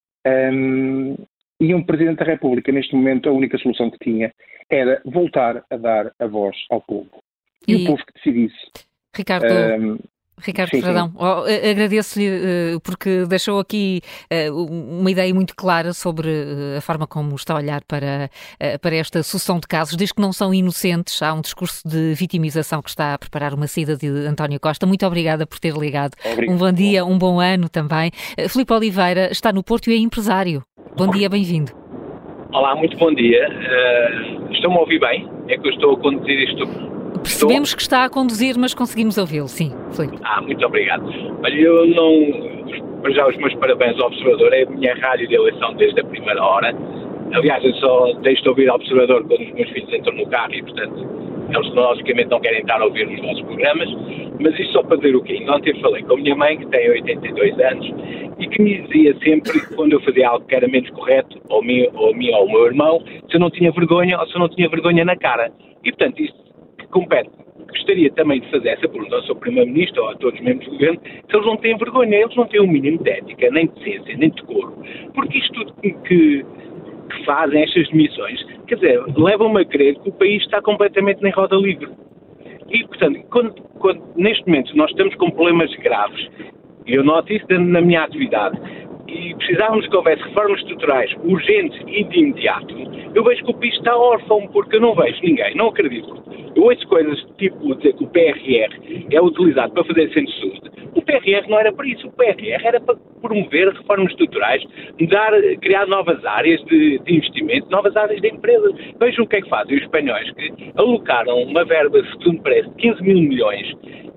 Um, e um Presidente da República, neste momento, a única solução que tinha era voltar a dar a voz ao povo. E, e o povo que decidisse. Ricardo... Um, Ricardo Fradão, oh, agradeço-lhe uh, porque deixou aqui uh, uma ideia muito clara sobre uh, a forma como está a olhar para, uh, para esta sucessão de casos. Diz que não são inocentes, há um discurso de vitimização que está a preparar uma saída de António Costa. Muito obrigada por ter ligado. Obrigado. Um bom dia, um bom ano também. Uh, Filipe Oliveira está no Porto e é empresário. Bom dia, bem-vindo. Olá, muito bom dia. Uh, Estão-me a ouvir bem? É que eu estou a conduzir isto... Percebemos Estou? que está a conduzir, mas conseguimos ouvi-lo, sim. Filipe. Ah, muito obrigado. Olha, eu não... Para já os meus parabéns ao Observador, é a minha rádio de eleição desde a primeira hora. Aliás, eu só deixo de ouvir ao Observador quando os meus filhos entram no carro e, portanto, eles logicamente não querem estar a ouvir os nossos programas. Mas isto só para dizer o quê? Ontem falei com a minha mãe, que tem oitenta e dois anos, e que me dizia sempre, quando eu fazia algo que era menos correto, ou a mim ou, a mim, ou ao meu irmão, se eu não tinha vergonha ou se eu não tinha vergonha na cara. E, portanto, isto compete. Gostaria também de fazer essa pergunta ao seu Primeiro-Ministro ou a todos os membros do Governo, se eles não têm vergonha, eles não têm um mínimo de ética, nem de decência, nem de decoro. Porque isto tudo que, que fazem, estas demissões, quer dizer, levam-me a crer que o país está completamente na roda livre. E, portanto, quando, quando, neste momento nós estamos com problemas graves, e eu noto isso na minha atividade, e precisávamos que houvesse reformas estruturais urgentes e de imediato, eu vejo que o país está órfão, porque eu não vejo ninguém, não acredito. Eu ouço coisas tipo dizer que o P R R é utilizado para fazer centros de saúde. O P R R não era para isso. O P R R era para promover reformas estruturais, mudar, criar novas áreas de, de investimento, novas áreas de empresas. Vejam o que é que fazem os espanhóis, que alocaram uma verba, segundo parece, de quinze mil milhões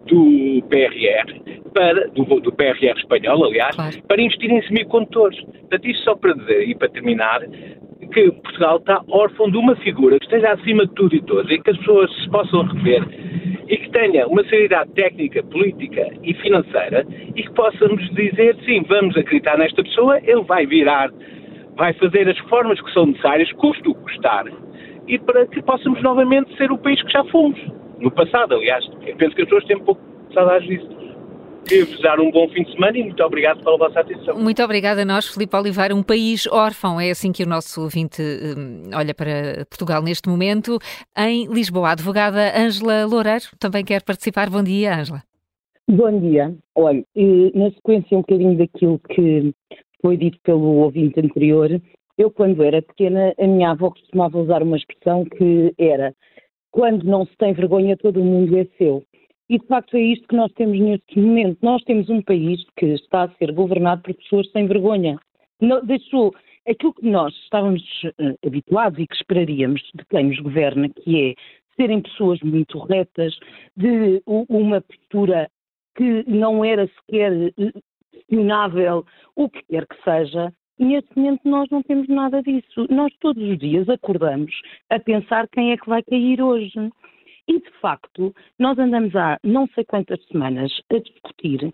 do P R R, para, do, do P R R espanhol, aliás, claro, para investir em semicondutores. Portanto, isto só para dizer, e para terminar, que Portugal está órfão de uma figura que esteja acima de tudo e todos, e que as pessoas se possam rever, e que tenha uma seriedade técnica, política e financeira, e que possamos dizer, sim, vamos acreditar nesta pessoa, ele vai virar, vai fazer as reformas que são necessárias, custe o que custar, e para que possamos novamente ser o país que já fomos. No passado, aliás. Eu penso que as pessoas têm um pouco de saudades disso. Queria-vos dar um bom fim de semana e muito obrigado pela vossa atenção. Muito obrigada a nós, Filipe Oliveira. Um país órfão, é assim que o nosso ouvinte um, olha para Portugal neste momento. Em Lisboa, a advogada Ângela Loureiro também quer participar. Bom dia, Ângela. Bom dia. Olha, na sequência um bocadinho daquilo que foi dito pelo ouvinte anterior, eu quando era pequena, a minha avó costumava usar uma expressão que era: quando não se tem vergonha, todo o mundo é seu. E, de facto, é isto que nós temos neste momento. Nós temos um país que está a ser governado por pessoas sem vergonha. Não, deixou aquilo que nós estávamos uh, habituados e que esperaríamos de quem nos governa, que é serem pessoas muito retas, de uh, uma postura que não era sequer uh, questionável, o que quer que seja. E neste momento nós não temos nada disso. Nós todos os dias acordamos a pensar quem é que vai cair hoje. E, de facto, nós andamos há não sei quantas semanas a discutir.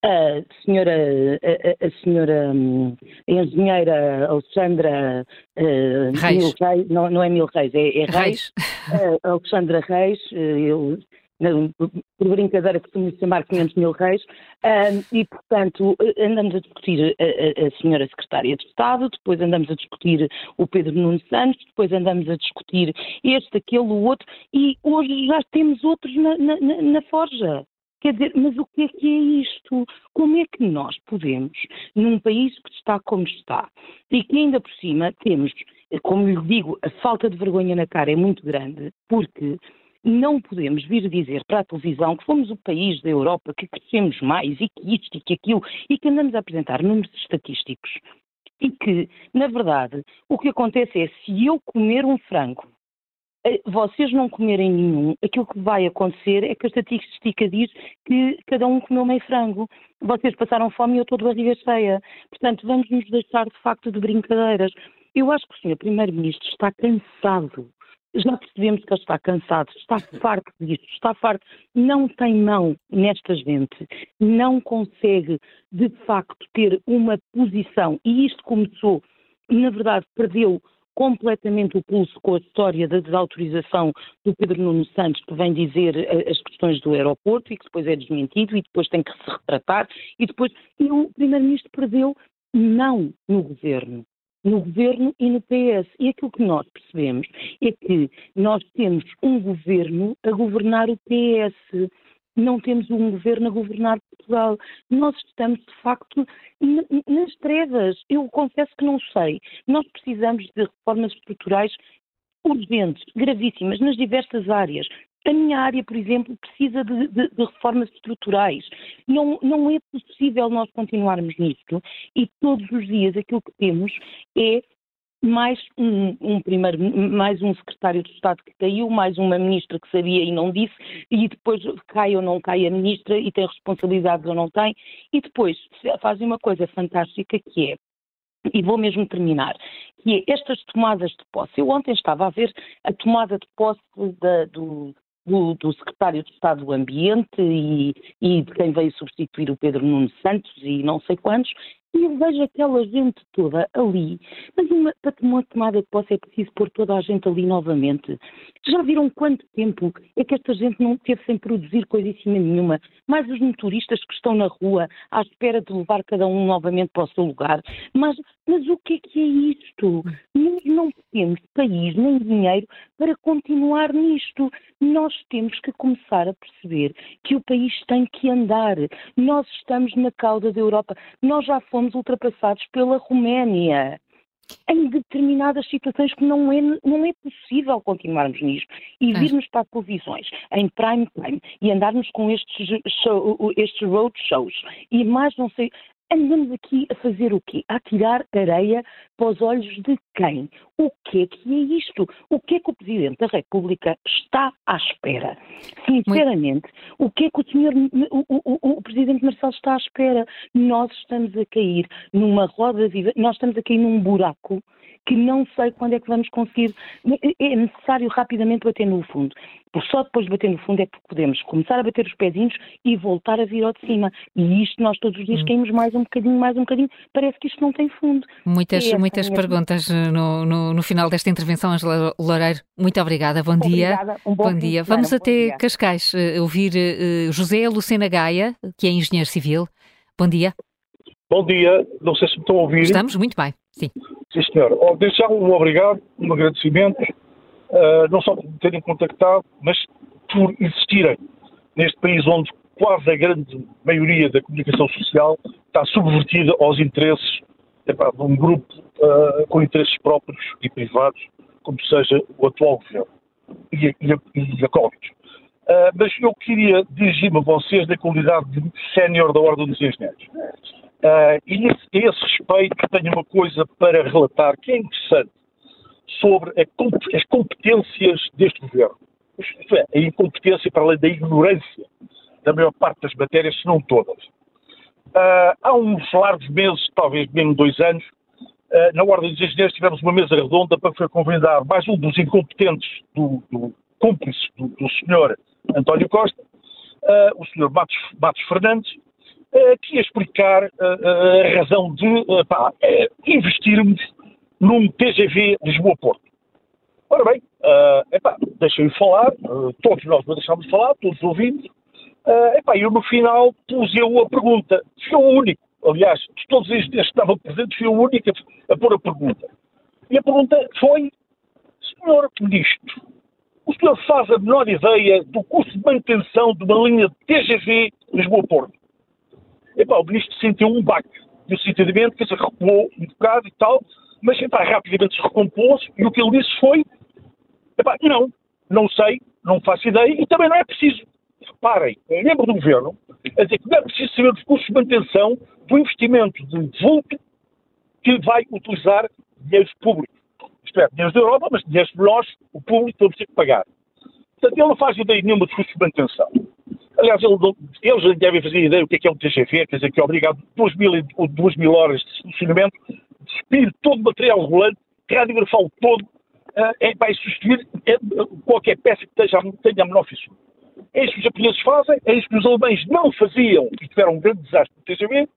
A senhora, a, a senhora a engenheira Alexandra uh, Reis. Mil Reis, não, não é Mil Reis, é, é Reis, Reis. Uh, Alexandra Reis, uh, eu, não, por brincadeira costumo chamar quinhentos mil reis, um, e portanto andamos a discutir a, a, a senhora secretária de Estado, depois andamos a discutir o Pedro Nuno Santos, depois andamos a discutir este, aquele, o outro, e hoje já temos outros na, na, na forja. Quer dizer, mas o que é que é isto? Como é que nós podemos, num país que está como está, e que ainda por cima temos, como lhe digo, a falta de vergonha na cara é muito grande, porque não podemos vir dizer para a televisão que fomos o país da Europa que crescemos mais e que isto e que aquilo, e que andamos a apresentar números estatísticos. E que, na verdade, o que acontece é, se eu comer um frango, vocês não comerem nenhum, aquilo que vai acontecer é que a estatística diz que cada um comeu meio frango. Vocês passaram fome e eu estou de barriga cheia. Portanto, vamos nos deixar de facto de brincadeiras. Eu acho que o senhor Primeiro-Ministro está cansado. Já percebemos que ele está cansado, está farto disto, está farto, não tem mão nesta gente, não consegue de facto ter uma posição, e isto começou, na verdade, perdeu completamente o pulso com a história da desautorização do Pedro Nuno Santos, que vem dizer as questões do aeroporto e que depois é desmentido e depois tem que se retratar, e depois e o Primeiro-Ministro perdeu não no governo, no governo e no P S. E aquilo que nós percebemos é que nós temos um governo a governar o P S, não temos um governo a governar Portugal. Nós estamos, de facto, nas trevas. Eu confesso que não sei. Nós precisamos de reformas estruturais urgentes, gravíssimas, nas diversas áreas. A minha área, por exemplo, precisa de, de, de reformas estruturais. Não, não é possível nós continuarmos nisto e todos os dias aquilo que temos é mais um, um primeiro, mais um secretário de Estado que caiu, mais uma ministra que sabia e não disse, e depois cai ou não cai a ministra e tem responsabilidades ou não tem, e depois fazem uma coisa fantástica que é, e vou mesmo terminar, que é estas tomadas de posse. Eu ontem estava a ver a tomada de posse da, do, do, do secretário de Estado do Ambiente e, e de quem veio substituir o Pedro Nuno Santos e não sei quantos, e eu vejo aquela gente toda ali, mas uma, para uma tomada de posse é preciso pôr toda a gente ali novamente. Já viram quanto tempo é que esta gente não teve sem produzir coisíssima nenhuma? Mais os motoristas que estão na rua à espera de levar cada um novamente para o seu lugar. Mas, mas o que é que é isto? Nós não temos país nem dinheiro para continuar nisto. Nós temos que começar a perceber que o país tem que andar. Nós estamos na cauda da Europa. Nós já fomos ultrapassados pela Roménia. em determinadas situações que não é, não é possível continuarmos nisto e virmos para as televisões em prime time e andarmos com estes, show, estes road shows e mais não sei... Andamos aqui a fazer o quê? A tirar areia para os olhos de quem? O que é que é isto? O que é que o Presidente da República está à espera? Sinceramente, Muito... o que é que o senhor, o, o, o Presidente Marcelo está à espera? Nós estamos a cair numa roda viva, nós estamos a cair num buraco que não sei quando é que vamos conseguir. É necessário rapidamente bater no fundo. Porque só depois de bater no fundo é que podemos começar a bater os pezinhos e voltar a vir ao de cima. E isto nós todos os dias caímos mais um bocadinho, mais um bocadinho. Parece que isto não tem fundo. Muitas, é muitas perguntas no, no, no final desta intervenção, Ângela Loureiro. Muito obrigada. Bom obrigada. dia. Um bom, bom dia. Vamos um até dia. Cascais uh, ouvir uh, José Lucena Gaia, que é engenheiro civil. Bom dia. Bom dia. Não sei se me estão a ouvir. Estamos muito bem. Sim. Sim, senhor. Oh, desde já um obrigado, um agradecimento, uh, não só por me terem contactado, mas por existirem neste país onde quase a grande maioria da comunicação social está subvertida aos interesses epá, de um grupo uh, com interesses próprios e privados, como seja o atual governo e a, e a, e a Covid. Uh, mas eu queria dirigir-me a vocês na qualidade de sénior da Ordem dos Engenheiros. Uh, e nesse, a esse respeito tenho uma coisa para relatar que é interessante sobre a, as competências deste governo. Isto é, a incompetência para além da ignorância da maior parte das matérias, se não todas. Uh, há uns largos meses, talvez mesmo dois anos, uh, na Ordem dos Engenheiros tivemos uma mesa redonda para foi convidar mais um dos incompetentes, do, do cúmplice do, do senhor António Costa, uh, o senhor Matos, Matos Fernandes, uh, que ia explicar uh, a razão de uh, pá, uh, investirmos num T G V Lisboa-Porto. Ora bem, uh, epá, deixem-me falar, uh, todos nós deixámos de falar, todos ouvimos, uh, epá, eu no final pus eu a pergunta, fui o único, aliás, de todos estes que estavam presentes, fui o único a, a pôr a pergunta. E a pergunta foi, senhor Ministro, o senhor faz a menor ideia do custo de manutenção de uma linha de T G V Lisboa-Porto? Epá, o Ministro sentiu um baque, no sentido que se recuou um bocado e tal, mas epá, rapidamente se recompôs e o que ele disse foi, epá, não, não sei, não faço ideia e também não é preciso. Reparem, um membro do Governo a dizer que não é preciso saber os custos de manutenção do investimento de vulto que vai utilizar dinheiros públicos. Isto é, dinheiros da Europa, mas dinheiros de nós, o público, vamos ter que pagar. Portanto, ele não faz ideia nenhuma dos custos de manutenção. Aliás, ele, eles já devem fazer ideia do que é, que é um T G V, quer dizer, que é obrigado duas mil, duas mil horas de funcionamento, despir todo o material rolante, radiografá-lo todo, uh, é, vai substituir é, qualquer peça que tenha, tenha a menor fissura. É isso que os japoneses fazem, é isso que os alemães não faziam e tiveram um grande desastre no T G V.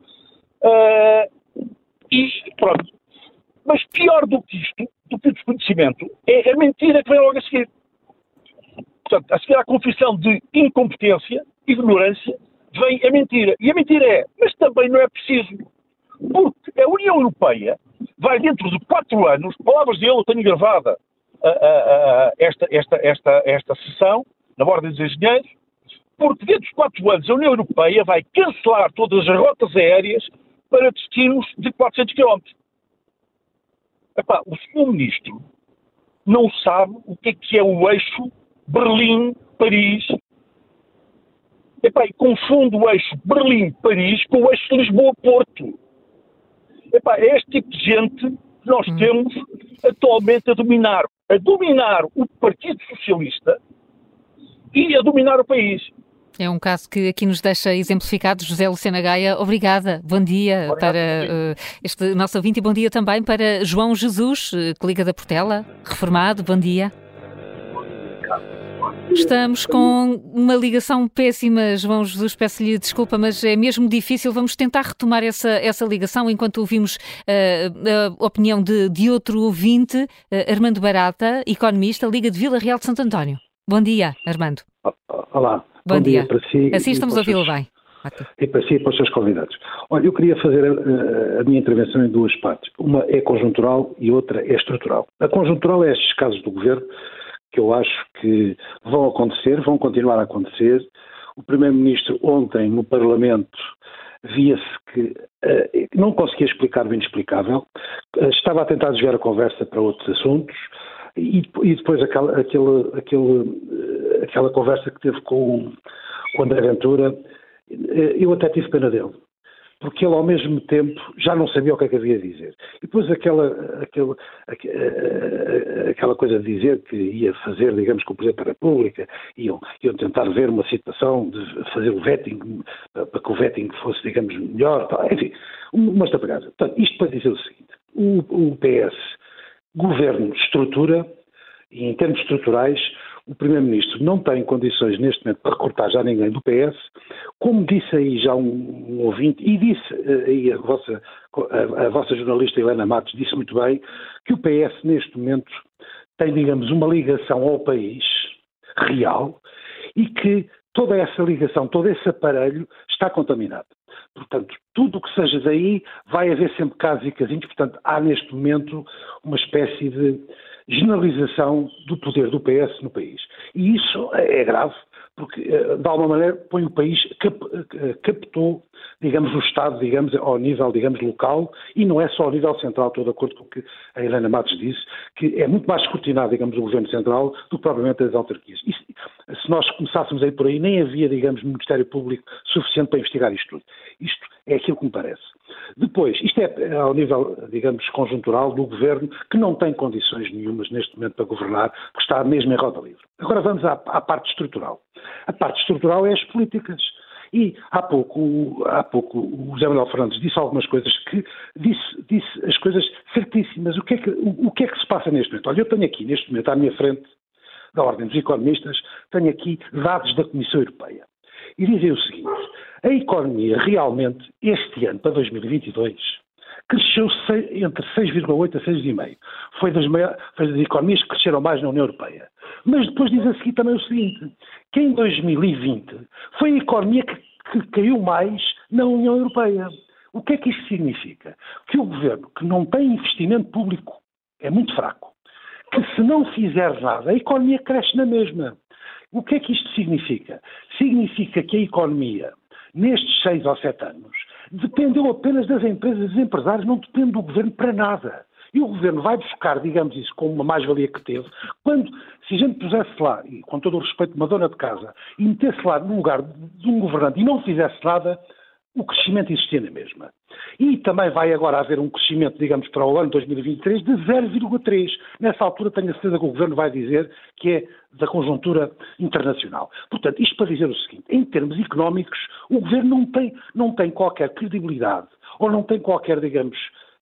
Uh, e pronto. Mas pior do que isto, do que o desconhecimento, é a mentira que vem logo a seguir. Portanto, a seguir à confissão de incompetência, ignorância, vem a mentira. E a mentira é, mas também não é preciso. Porque a União Europeia vai dentro de quatro anos, palavras dele eu tenho gravada uh, uh, uh, esta, esta, esta, esta sessão, na Ordem dos Engenheiros, porque dentro de quatro anos a União Europeia vai cancelar todas as rotas aéreas para destinos de quatrocentos quilómetros. Epá, o senhor Ministro não sabe o que é que é o eixo Berlim-Paris. Epá, e confunde o eixo Berlim-Paris com o eixo Lisboa-Porto. Epá, é este tipo de gente que nós hum. temos atualmente a dominar, a dominar o Partido Socialista e a dominar o país. É um caso que aqui nos deixa exemplificado. José Lucena Gaia, obrigada. Bom dia Obrigado, para uh, este nosso ouvinte e bom dia também para João Jesus, uh, que liga da Portela, reformado. Bom dia. Estamos com uma ligação péssima, João Jesus, peço-lhe desculpa, mas é mesmo difícil. Vamos tentar retomar essa, essa ligação enquanto ouvimos uh, a opinião de, de outro ouvinte, uh, Armando Barata, economista, Liga de Vila Real de Santo António. Bom dia, Armando. Olá. Bom, Bom dia. dia para si. Assim estamos a ouvi-lo bem. E para si e para os seus convidados. Olha, eu queria fazer a, a minha intervenção em duas partes. Uma é conjuntural e outra é estrutural. A conjuntural é estes casos do Governo que eu acho que vão acontecer, vão continuar a acontecer. O Primeiro-Ministro ontem no Parlamento via-se que uh, não conseguia explicar o inexplicável, uh, estava a tentar desviar a conversa para outros assuntos, e, e depois aquela, aquele, aquele, uh, aquela conversa que teve com, com o André Ventura, uh, eu até tive pena dele, porque ele ao mesmo tempo já não sabia o que é que havia de dizer. E depois aquela, aquela, aquela coisa de dizer que ia fazer, digamos, com o Presidente da República, iam, iam tentar ver uma situação de fazer o vetting, para que o vetting fosse, digamos, melhor, enfim, uma estapagada. Portanto, isto para dizer o seguinte, o, o P S, governo, estrutura, e em termos estruturais, o Primeiro-Ministro não tem condições neste momento para recortar já ninguém do P S, como disse aí já um, um ouvinte, e disse aí a vossa, a, a vossa jornalista Helena Matos, disse muito bem, que o P S neste momento tem, digamos, uma ligação ao país real e que toda essa ligação, todo esse aparelho está contaminado. Portanto, tudo o que seja daí vai haver sempre casos e casinhos, portanto, há neste momento uma espécie de generalização do poder do P S no país. E isso é grave, porque, de alguma maneira, põe o país, cap, captou, digamos, o Estado, digamos, ao nível, digamos, local, e não é só ao nível central, estou de acordo com o que a Helena Matos disse, que é muito mais escrutinado, digamos, o governo central do que propriamente as autarquias. E se nós começássemos aí por aí, nem havia, digamos, Ministério Público suficiente para investigar isto tudo. Isto é aquilo que me parece. Depois, isto é ao nível, digamos, conjuntural do governo, que não tem condições nenhumas neste momento para governar, porque está mesmo em roda livre. Agora vamos à, à parte estrutural. A parte estrutural é as políticas. E há pouco, há pouco o José Manuel Fernandes disse algumas coisas que disse, disse as coisas certíssimas. O que, é que, o, o que é que se passa neste momento? Olha, eu tenho aqui neste momento à minha frente, da Ordem dos Economistas, tenho aqui dados da Comissão Europeia. E dizem o seguinte, a economia realmente, este ano, para dois mil e vinte e dois, cresceu entre seis vírgula oito a seis vírgula cinco. Foi das, maiores, foi das economias que cresceram mais na União Europeia. Mas depois diz a seguir também o seguinte, que em dois mil e vinte foi a economia que, que caiu mais na União Europeia. O que é que isto significa? Que o governo que não tem investimento público é muito fraco. Que se não fizer nada, a economia cresce na mesma. O que é que isto significa? Significa que a economia, nestes seis ou sete anos, dependeu apenas das empresas e dos empresários, não depende do governo para nada. E o governo vai buscar, digamos isso, como uma mais-valia que teve, quando, se a gente pusesse lá, e com todo o respeito de uma dona de casa, e metesse lá no lugar de um governante e não fizesse nada, o crescimento existia na mesma. E também vai agora haver um crescimento, digamos, para o ano dois mil e vinte e três de zero vírgula três. Nessa altura tenho a certeza que o Governo vai dizer que é da conjuntura internacional. Portanto, isto para dizer o seguinte, em termos económicos, o Governo não tem, não tem qualquer credibilidade, ou não tem qualquer, digamos,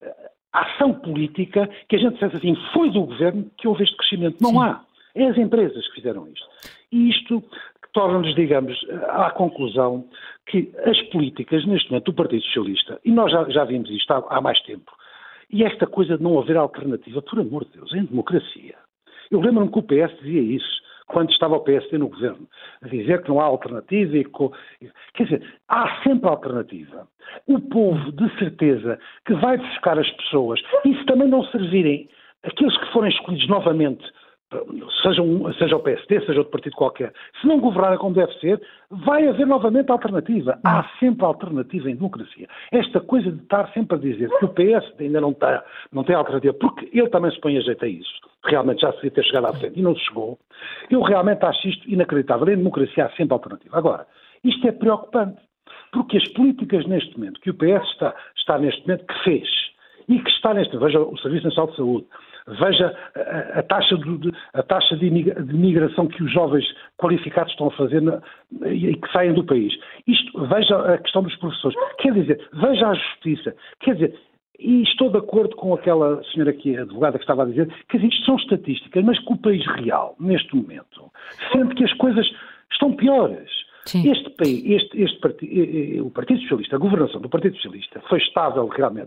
ação política que a gente dissesse assim, foi do Governo que houve este crescimento. Não Sim. há. É as empresas que fizeram isto. E isto torna-nos, digamos, à conclusão que as políticas, neste momento, do Partido Socialista, e nós já, já vimos isto há, há mais tempo, e esta coisa de não haver alternativa, por amor de Deus, em democracia. Eu lembro-me que o P S dizia isso, quando estava o P S D no governo, a dizer que não há alternativa e que... Quer dizer, há sempre alternativa. O povo, de certeza, que vai buscar as pessoas, e se também não servirem aqueles que forem escolhidos novamente, seja, um, seja o P S D, seja outro partido qualquer, se não governarem como deve ser, vai haver novamente alternativa. Há sempre alternativa em democracia. Esta coisa de estar sempre a dizer que o P S D ainda não, está, não tem alternativa, porque ele também se põe a jeito a isso, realmente já se devia ter chegado à frente e não chegou, eu realmente acho isto inacreditável. Em democracia há sempre alternativa. Agora, isto é preocupante, porque as políticas neste momento, que o P S está, está neste momento, que fez, e que está neste momento, veja o Serviço Nacional de Saúde, veja a, a taxa, de, a taxa de, de migração que os jovens qualificados estão a fazer na, e que saem do país. Isto, veja a questão dos professores. Quer dizer, veja a justiça. Quer dizer, e estou de acordo com aquela senhora aqui, a advogada, que estava a dizer, que isto são estatísticas, mas que o país real, neste momento, sente que as coisas estão piores. Sim. Este país, este, este partido, o Partido Socialista, a governação do Partido Socialista foi estável realmente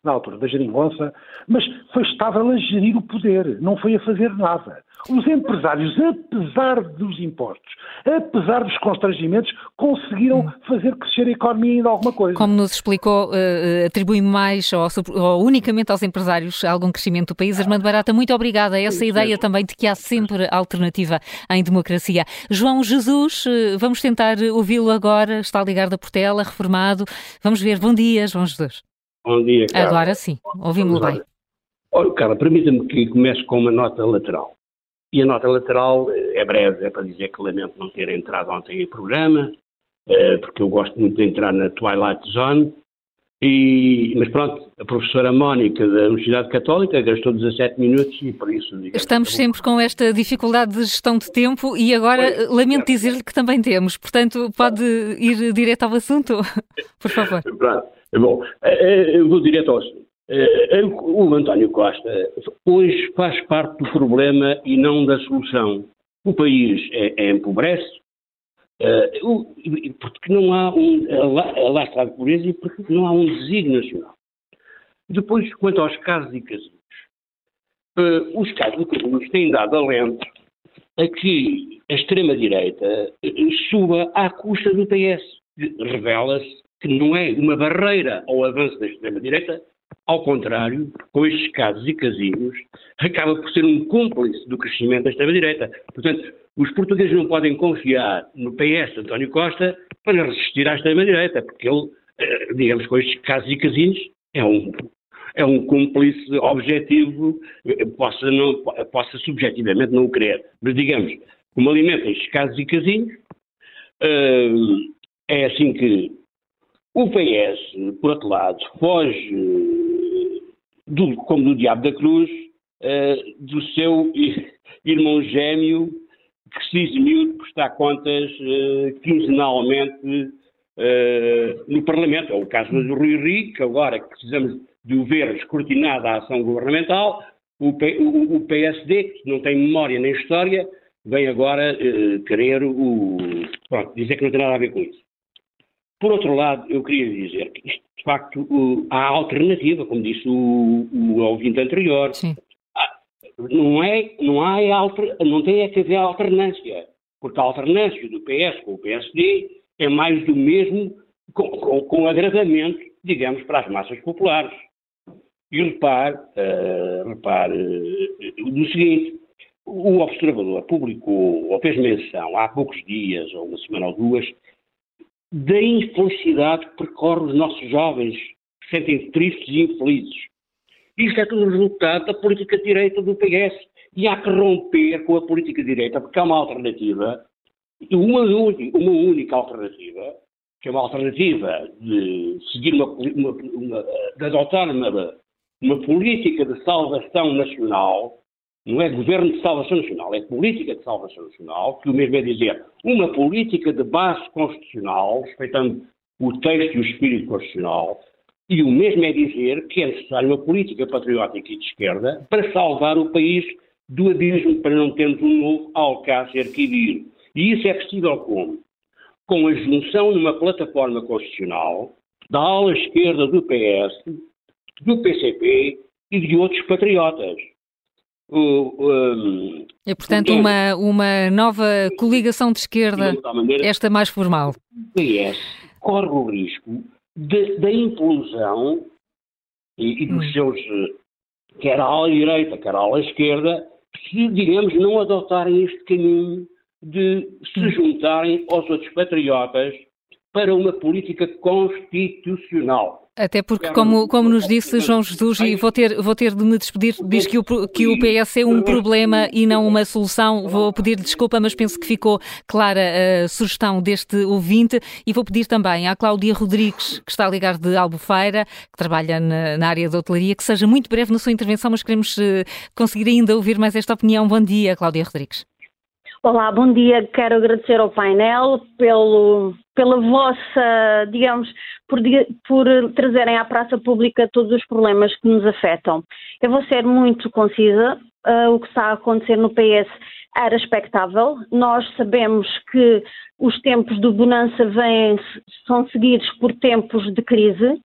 na altura da geringonça, mas foi estável a gerir o poder, não foi a fazer nada. Os empresários, apesar dos impostos, apesar dos constrangimentos, conseguiram fazer crescer a economia ainda alguma coisa. Como nos explicou, uh, atribui mais ou, ou unicamente aos empresários algum crescimento do país. Armando Barata, muito obrigada. Essa Sim, ideia é. também de que há sempre alternativa em democracia. João Jesus, vamos tentar ouvi-lo agora. Está ligado da Portela, reformado. Vamos ver. Bom dia, João Jesus. Bom dia, Carla. Agora sim, ouvimos-lo bem. Olha, Carla, permita-me que comece com uma nota lateral. E a nota lateral é breve, é para dizer que lamento não ter entrado ontem em programa, porque eu gosto muito de entrar na Twilight Zone, e, mas pronto, a professora Mónica da Universidade Católica gastou dezassete minutos e por isso... Digamos, Estamos sempre com esta dificuldade de gestão de tempo e agora Foi, lamento é. dizer-lhe que também temos, portanto pode ir direto ao assunto, por favor. Pronto, bom, eu vou direto ao assunto. O António Costa hoje faz parte do problema e não da solução. O país é, é empobrece, uh, porque não há um alastrar de pobreza e porque não há um desígnio nacional. Depois, quanto aos casos e casinhos, uh, os casos e casinhos têm dado alento a que a extrema-direita suba à custa do P S. Revela-se que não é uma barreira ao avanço da extrema-direita. Ao contrário, com estes casos e casinhos, acaba por ser um cúmplice do crescimento da extrema-direita. Portanto, os portugueses não podem confiar no P S de António Costa para resistir à extrema-direita, porque ele, digamos, com estes casos e casinhos, é um, é um cúmplice objetivo, possa, não, possa subjetivamente não o querer. Mas, digamos, como alimenta estes casos e casinhos, é assim que o P S, por outro lado, foge, do, como do diabo da cruz, uh, do seu irmão gêmeo que se eximiu de prestar contas uh, quinzenalmente uh, no Parlamento. É o caso do Rui Rio, que agora que precisamos de o ver escrutinado a ação governamental, o, P, o, o P S D, que não tem memória nem história, vem agora uh, querer o, pronto, dizer que não tem nada a ver com isso. Por outro lado, eu queria dizer que isto, de facto, uh, há alternativa, como disse o, o ouvinte anterior. Sim. Não, é, não, há alter, não tem é que haver alternância, porque a alternância do P S com o P S D é mais do mesmo, com, com, com agravamento, digamos, para as massas populares. E repare, uh, repare uh, no seguinte, o Observador publicou, ou fez menção, há poucos dias, ou uma semana ou duas, da infelicidade que percorre os nossos jovens, que sentem-se tristes e infelizes. Isto é tudo resultado da política de direita do P S. E há que romper com a política de direita, porque há uma alternativa, uma, uma única alternativa, que é uma alternativa de seguir uma, uma, uma de adotar uma, uma política de salvação nacional. Não é governo de salvação nacional, é política de salvação nacional, que o mesmo é dizer uma política de base constitucional, respeitando o texto e o espírito constitucional, e o mesmo é dizer que é necessária uma política patriótica e de esquerda para salvar o país do abismo, para não termos um novo Alcácer Quibir. E isso é possível como? Com a junção numa plataforma constitucional da ala esquerda do P S, do P C P e de outros patriotas. Uh, um, é, portanto, uma, uma nova coligação de esquerda, maneira, esta mais formal. O P S corre o risco de, da implosão e, e dos hum. seus, quer a ala direita, quer a ala esquerda, se, digamos, não adotarem este caminho de se hum. juntarem aos outros patriotas para uma política constitucional. Até porque, como, como nos disse João Jesus, e vou ter, vou ter de me despedir, diz que o, que o P S é um problema e não uma solução. Vou pedir desculpa, mas penso que ficou clara a sugestão deste ouvinte. E vou pedir também à Cláudia Rodrigues, que está a ligar de Albufeira, que trabalha na, na área da hotelaria, que seja muito breve na sua intervenção, mas queremos uh, conseguir ainda ouvir mais esta opinião. Bom dia, Cláudia Rodrigues. Olá, bom dia. Quero agradecer ao painel pelo, pela vossa, digamos, por, por trazerem à praça pública todos os problemas que nos afetam. Eu vou ser muito concisa. Uh, o que está a acontecer no P S era expectável. Nós sabemos que os tempos de bonança vêm, são seguidos por tempos de crise.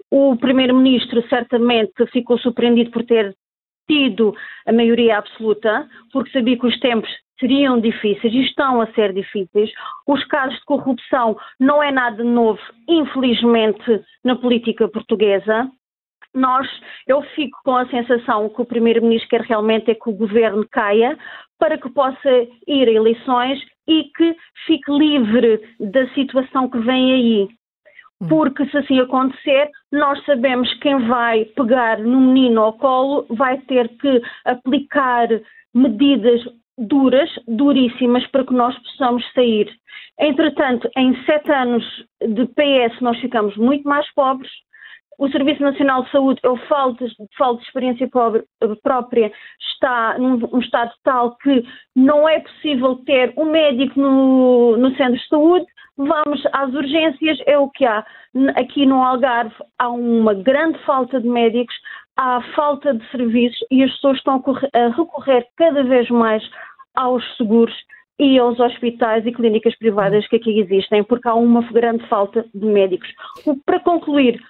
O Primeiro-Ministro certamente ficou surpreendido por ter tido a maioria absoluta, porque sabia que os tempos seriam difíceis e estão a ser difíceis. Os casos de corrupção não é nada novo, infelizmente, na política portuguesa. Nós, eu fico com a sensação que o Primeiro-Ministro quer realmente é que o governo caia para que possa ir a eleições e que fique livre da situação que vem aí. Porque se assim acontecer, nós sabemos quem vai pegar no menino ao colo vai ter que aplicar medidas duras, duríssimas, para que nós possamos sair. Entretanto, em sete anos de P S nós ficamos muito mais pobres. O Serviço Nacional de Saúde, eu falo de, falo de experiência pobre, própria, está num um estado tal que não é possível ter um médico no, no centro de saúde. Vamos às urgências, é o que há. Aqui no Algarve há uma grande falta de médicos, há falta de serviços e as pessoas estão a recorrer cada vez mais aos seguros e aos hospitais e clínicas privadas que aqui existem, porque há uma grande falta de médicos. Para concluir,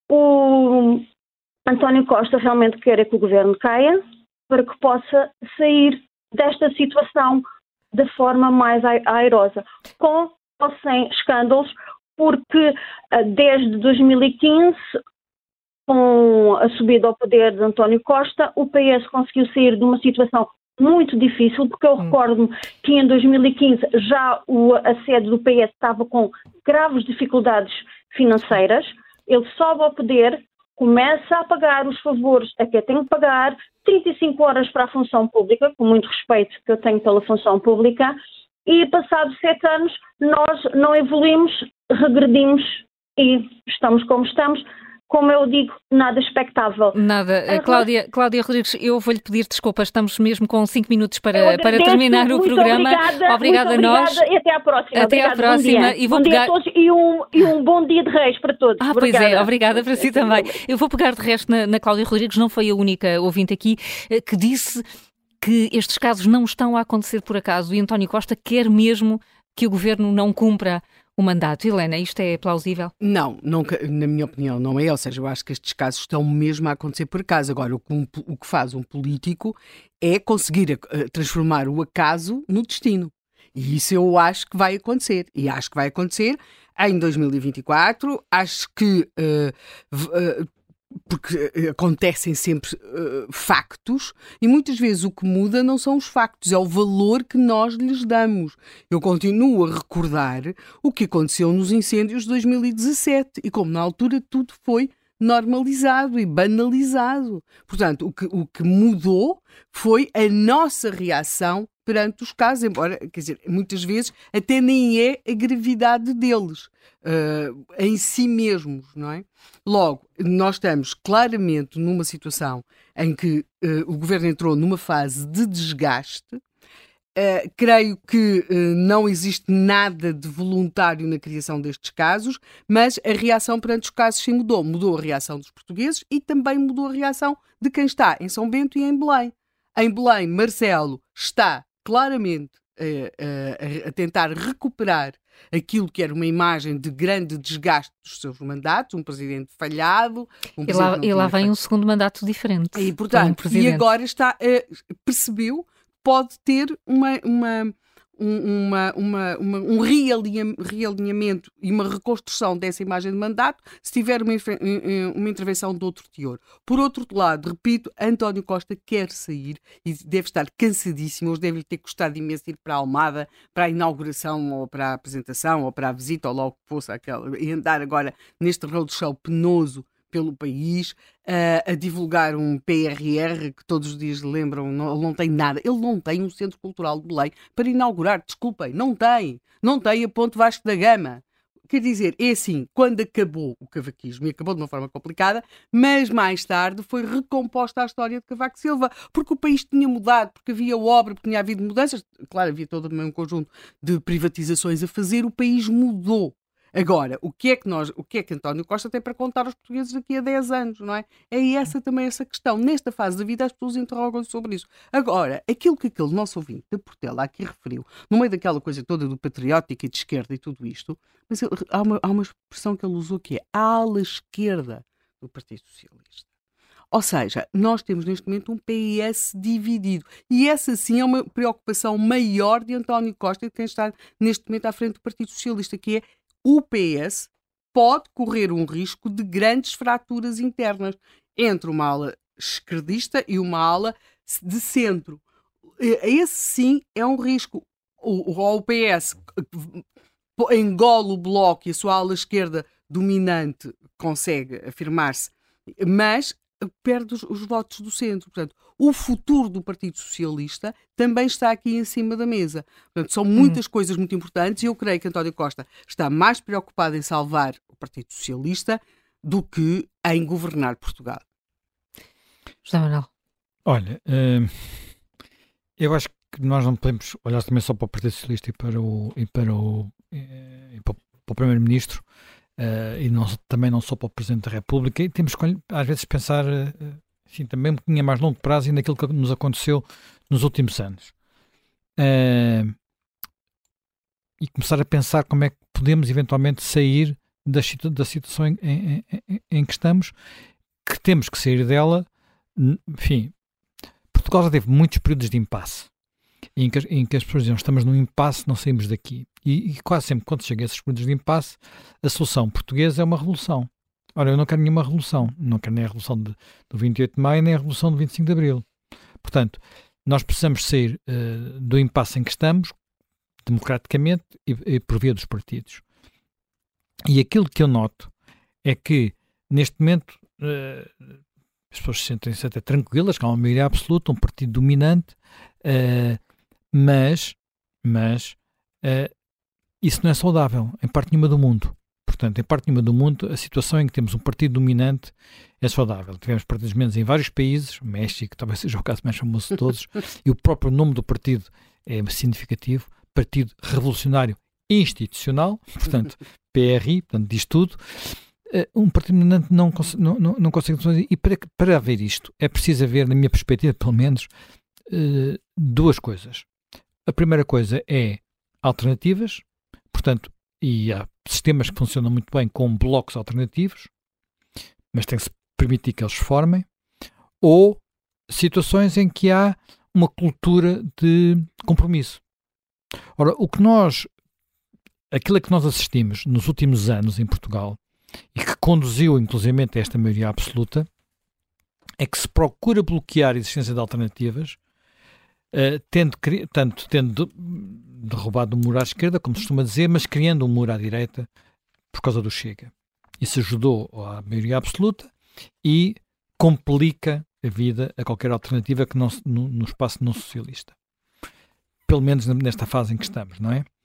o António Costa realmente quer é que o governo caia para que possa sair desta situação da forma mais airosa, com ou sem escândalos, porque desde dois mil e quinze, com a subida ao poder de António Costa, o P S conseguiu sair de uma situação muito difícil, porque eu recordo-me que em dois mil e quinze já o, a sede do P S estava com graves dificuldades financeiras. Ele sobe ao poder, começa a pagar os favores a quem tem que pagar, trinta e cinco horas para a função pública, com muito respeito que eu tenho pela função pública, e passados sete anos nós não evoluímos, regredimos e estamos como estamos. Como eu digo, nada expectável. Nada. A Cláudia, Cláudia Rodrigues, eu vou-lhe pedir desculpa, estamos mesmo com cinco minutos para, para terminar o programa. Obrigada, obrigada a nós. E até à próxima. Até obrigada, à próxima. Bom dia, e vou bom pegar... dia a todos e um, e um bom dia de Reis para todos. Ah, obrigada. Pois é, obrigada para si também. Eu vou pegar de resto na, na Cláudia Rodrigues, não foi a única ouvinte aqui que disse que estes casos não estão a acontecer por acaso e António Costa quer mesmo que o governo não cumpra o mandato. Helena, isto é plausível? Não, nunca, na minha opinião não é, ou seja, eu acho que estes casos estão mesmo a acontecer por acaso. Agora, o que, um, o que faz um político é conseguir uh, transformar o acaso no destino. E isso eu acho que vai acontecer. E acho que vai acontecer em dois mil e vinte e quatro. Acho que... Uh, uh, porque acontecem sempre uh, factos e muitas vezes o que muda não são os factos, é o valor que nós lhes damos. Eu continuo a recordar o que aconteceu nos incêndios de dois mil e dezassete e como na altura tudo foi normalizado e banalizado. Portanto, o que, o que mudou foi a nossa reação perante os casos, embora, quer dizer, muitas vezes até nem é a gravidade deles uh, em si mesmos, não é? Logo, nós estamos claramente numa situação em que uh, o governo entrou numa fase de desgaste. Uh, creio que uh, não existe nada de voluntário na criação destes casos, mas a reação perante os casos sim mudou. Mudou a reação dos portugueses e também mudou a reação de quem está em São Bento e em Belém. Em Belém, Marcelo está claramente uh, uh, a tentar recuperar aquilo que era uma imagem de grande desgaste dos seus mandatos, um presidente falhado. Um e lá, e lá vem um segundo mandato diferente. E, portanto, um e agora está, uh, percebeu pode ter uma, uma, uma, uma, uma, um realinhamento e uma reconstrução dessa imagem de mandato se tiver uma, uma intervenção de outro teor. Por outro lado, repito, António Costa quer sair e deve estar cansadíssimo, hoje deve-lhe ter custado imenso ir para a Almada, para a inauguração ou para a apresentação ou para a visita ou logo que fosse aquela, e andar agora neste roadshow penoso pelo país, uh, a divulgar um P R R que todos os dias lembram, não, ele não tem nada, ele não tem um centro cultural de Belém para inaugurar, desculpem, não tem, não tem a Ponte Vasco da Gama. Quer dizer, é assim, quando acabou o cavaquismo, e acabou de uma forma complicada, mas mais tarde foi recomposta a história de Cavaco Silva, porque o país tinha mudado, porque havia obra, porque tinha havido mudanças, claro, havia todo um conjunto de privatizações a fazer, o país mudou. Agora, o que é que nós, o que é que António Costa tem para contar aos portugueses daqui a dez anos, não é? É essa também essa questão. Nesta fase da vida as pessoas interrogam-se sobre isso. Agora, aquilo que aquele nosso ouvinte da Portela aqui referiu, no meio daquela coisa toda do patriótico e de esquerda e tudo isto, mas há uma, há uma expressão que ele usou que é a ala esquerda do Partido Socialista. Ou seja, nós temos neste momento um P S dividido. E essa sim é uma preocupação maior de António Costa e de quem está neste momento à frente do Partido Socialista, que é o P S pode correr um risco de grandes fraturas internas entre uma ala esquerdista e uma ala de centro. Esse sim é um risco. O, o P S engole o Bloco e a sua ala esquerda dominante consegue afirmar-se, mas perde os, os votos do centro. Portanto, o futuro do Partido Socialista também está aqui em cima da mesa. Portanto, são muitas hum. coisas muito importantes e eu creio que António Costa está mais preocupado em salvar o Partido Socialista do que em governar Portugal. José Manuel. Olha, uh, eu acho que nós não podemos olhar também só para o Partido Socialista e para o, e para o, e para o, para o Primeiro-Ministro uh, e não, também não só para o Presidente da República, e temos que às vezes pensar uh, assim, também um pouquinho a mais longo prazo e naquilo que nos aconteceu nos últimos anos. Uh, e começar a pensar como é que podemos eventualmente sair da, da situação em, em, em, em que estamos, que temos que sair dela. Enfim, Portugal já teve muitos períodos de impasse em que, em que as pessoas diziam estamos num impasse, não saímos daqui, e, e quase sempre quando chega a esses períodos de impasse a solução portuguesa é uma revolução. Ora, eu não quero nenhuma revolução, não quero nem a revolução de, do vinte e oito de maio nem a revolução do vinte e cinco de abril. Portanto, nós precisamos sair uh, do impasse em que estamos democraticamente e, e por via dos partidos. E aquilo que eu noto é que neste momento uh, as pessoas se sentem-se até tranquilas, que há uma maioria absoluta, um partido dominante, uh, mas, mas uh, isso não é saudável em parte nenhuma do mundo. Portanto, em parte nenhuma do mundo, a situação em que temos um partido dominante é saudável. Tivemos partidos menos em vários países, o México talvez seja o caso mais famoso de todos, e o próprio nome do partido é significativo, Partido Revolucionário Institucional, portanto, P R I, portanto, diz tudo. Um partido dominante não, não, não, não consegue fazer, e para, para haver isto é preciso haver, na minha perspectiva pelo menos, uh, duas coisas. A primeira coisa é alternativas, portanto, e há sistemas que funcionam muito bem com blocos alternativos, mas tem que se permitir que eles se formem, ou situações em que há uma cultura de compromisso. Ora, o que nós, aquilo a que nós assistimos nos últimos anos em Portugal, e que conduziu, inclusive, a esta maioria absoluta, é que se procura bloquear a existência de alternativas, uh, tendo, tanto tendo derrubado o muro à esquerda, como se costuma dizer, mas criando um muro à direita por causa do Chega. Isso ajudou à maioria absoluta e complica a vida a qualquer alternativa que não, no, no espaço não socialista. Pelo menos nesta fase em que estamos, não é?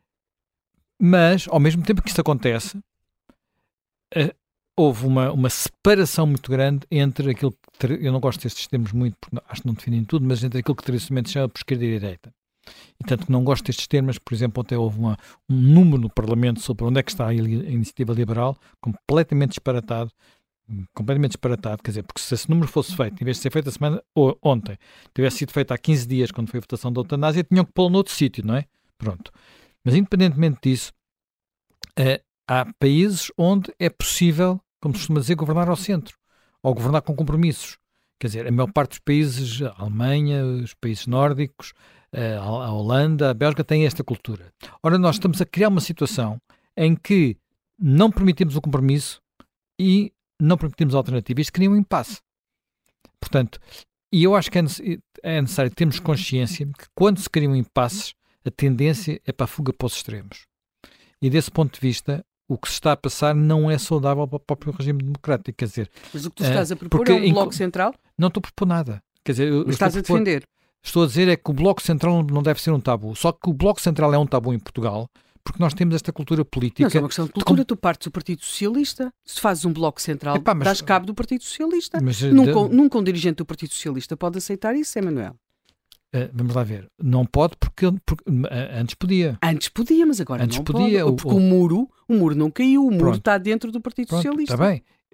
Mas, ao mesmo tempo que isto acontece, Uh, houve uma, uma separação muito grande entre aquilo que, eu não gosto destes termos muito, porque acho que não definem tudo, mas entre aquilo que tradicionalmente se chama por esquerda e direita. E tanto que não gosto destes termos, por exemplo, até houve uma, um número no Parlamento sobre onde é que está a iniciativa liberal, completamente disparatado, completamente disparatado, quer dizer, porque se esse número fosse feito, em vez de ser feito a semana, ou ontem, tivesse sido feito há quinze dias, quando foi a votação da eutanásia, tinham que pô-lo noutro sítio, não é? Pronto. Mas independentemente disso, uh, há países onde é possível, como se costuma dizer, governar ao centro, ou governar com compromissos. Quer dizer, a maior parte dos países, a Alemanha, os países nórdicos, a Holanda, a Bélgica, têm esta cultura. Ora, nós estamos a criar uma situação em que não permitimos o compromisso e não permitimos a alternativa. Isto cria um impasse. Portanto, e eu acho que é necessário termos consciência que quando se criam impasses, a tendência é para a fuga para os extremos. E desse ponto de vista, o que se está a passar não é saudável para o próprio regime democrático, quer dizer... Mas o que tu estás a propor é um Bloco Central? Não estou a propor nada. Quer dizer, eu Mas estás a, a propor, defender? Estou a dizer é que o Bloco Central não deve ser um tabu. Só que o Bloco Central é um tabu em Portugal, porque nós temos esta cultura política... Não, é uma questão de cultura. De... Tu partes do Partido Socialista, se fazes um Bloco Central, Epá, mas... dás cabo do Partido Socialista. Mas, nunca, de... nunca um dirigente do Partido Socialista pode aceitar isso, Emanuel. Uh, vamos lá ver. Não pode porque, porque uh, antes podia. Antes podia, mas agora antes não podia, pode. Porque o, o, muro, o muro não caiu, o muro pronto, está dentro do Partido pronto, Socialista. Está bem.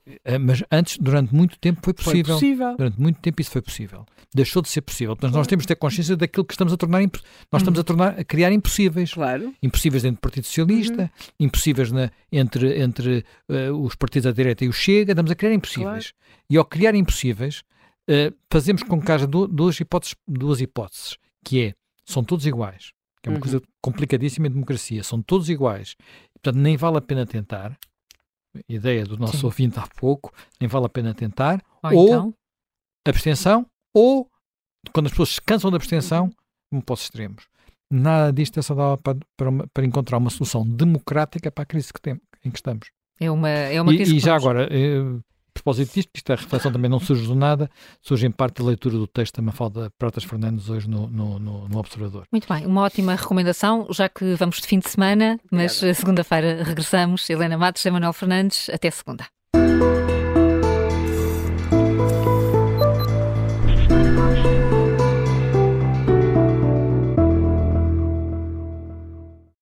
mas antes, durante muito tempo, foi possível. Foi possível. Durante muito tempo isso foi possível. Deixou de ser possível. Portanto, nós temos de ter consciência daquilo que estamos a tornar, imp... nós estamos a, tornar, a criar impossíveis. Claro. Impossíveis dentro do Partido Socialista, uhum. impossíveis na, entre, entre uh, os partidos da direita e o Chega, estamos a criar impossíveis. Claro. E ao criar impossíveis, uh, fazemos com que haja duas hipóteses, duas hipóteses, que é, são todos iguais, que é uma uhum. coisa complicadíssima em democracia, são todos iguais, portanto nem vale a pena tentar, a ideia do nosso Sim. ouvinte há pouco, nem vale a pena tentar, ou, ou então? abstenção, ou quando as pessoas se cansam da abstenção, vão para os extremos. Nada disto é saudável para, para, uma, para encontrar uma solução democrática para a crise que tem, em que estamos. É uma, é uma e, crise e que já vamos... agora, eh, a propósito disto, isto a reflexão também não surge do nada, surge em parte da leitura do texto da Mafalda Pratas Fernandes hoje no, no, no, no Observador. Muito bem, uma ótima recomendação, já que vamos de fim de semana, mas segunda-feira regressamos. Helena Matos e Manuel Fernandes, até segunda.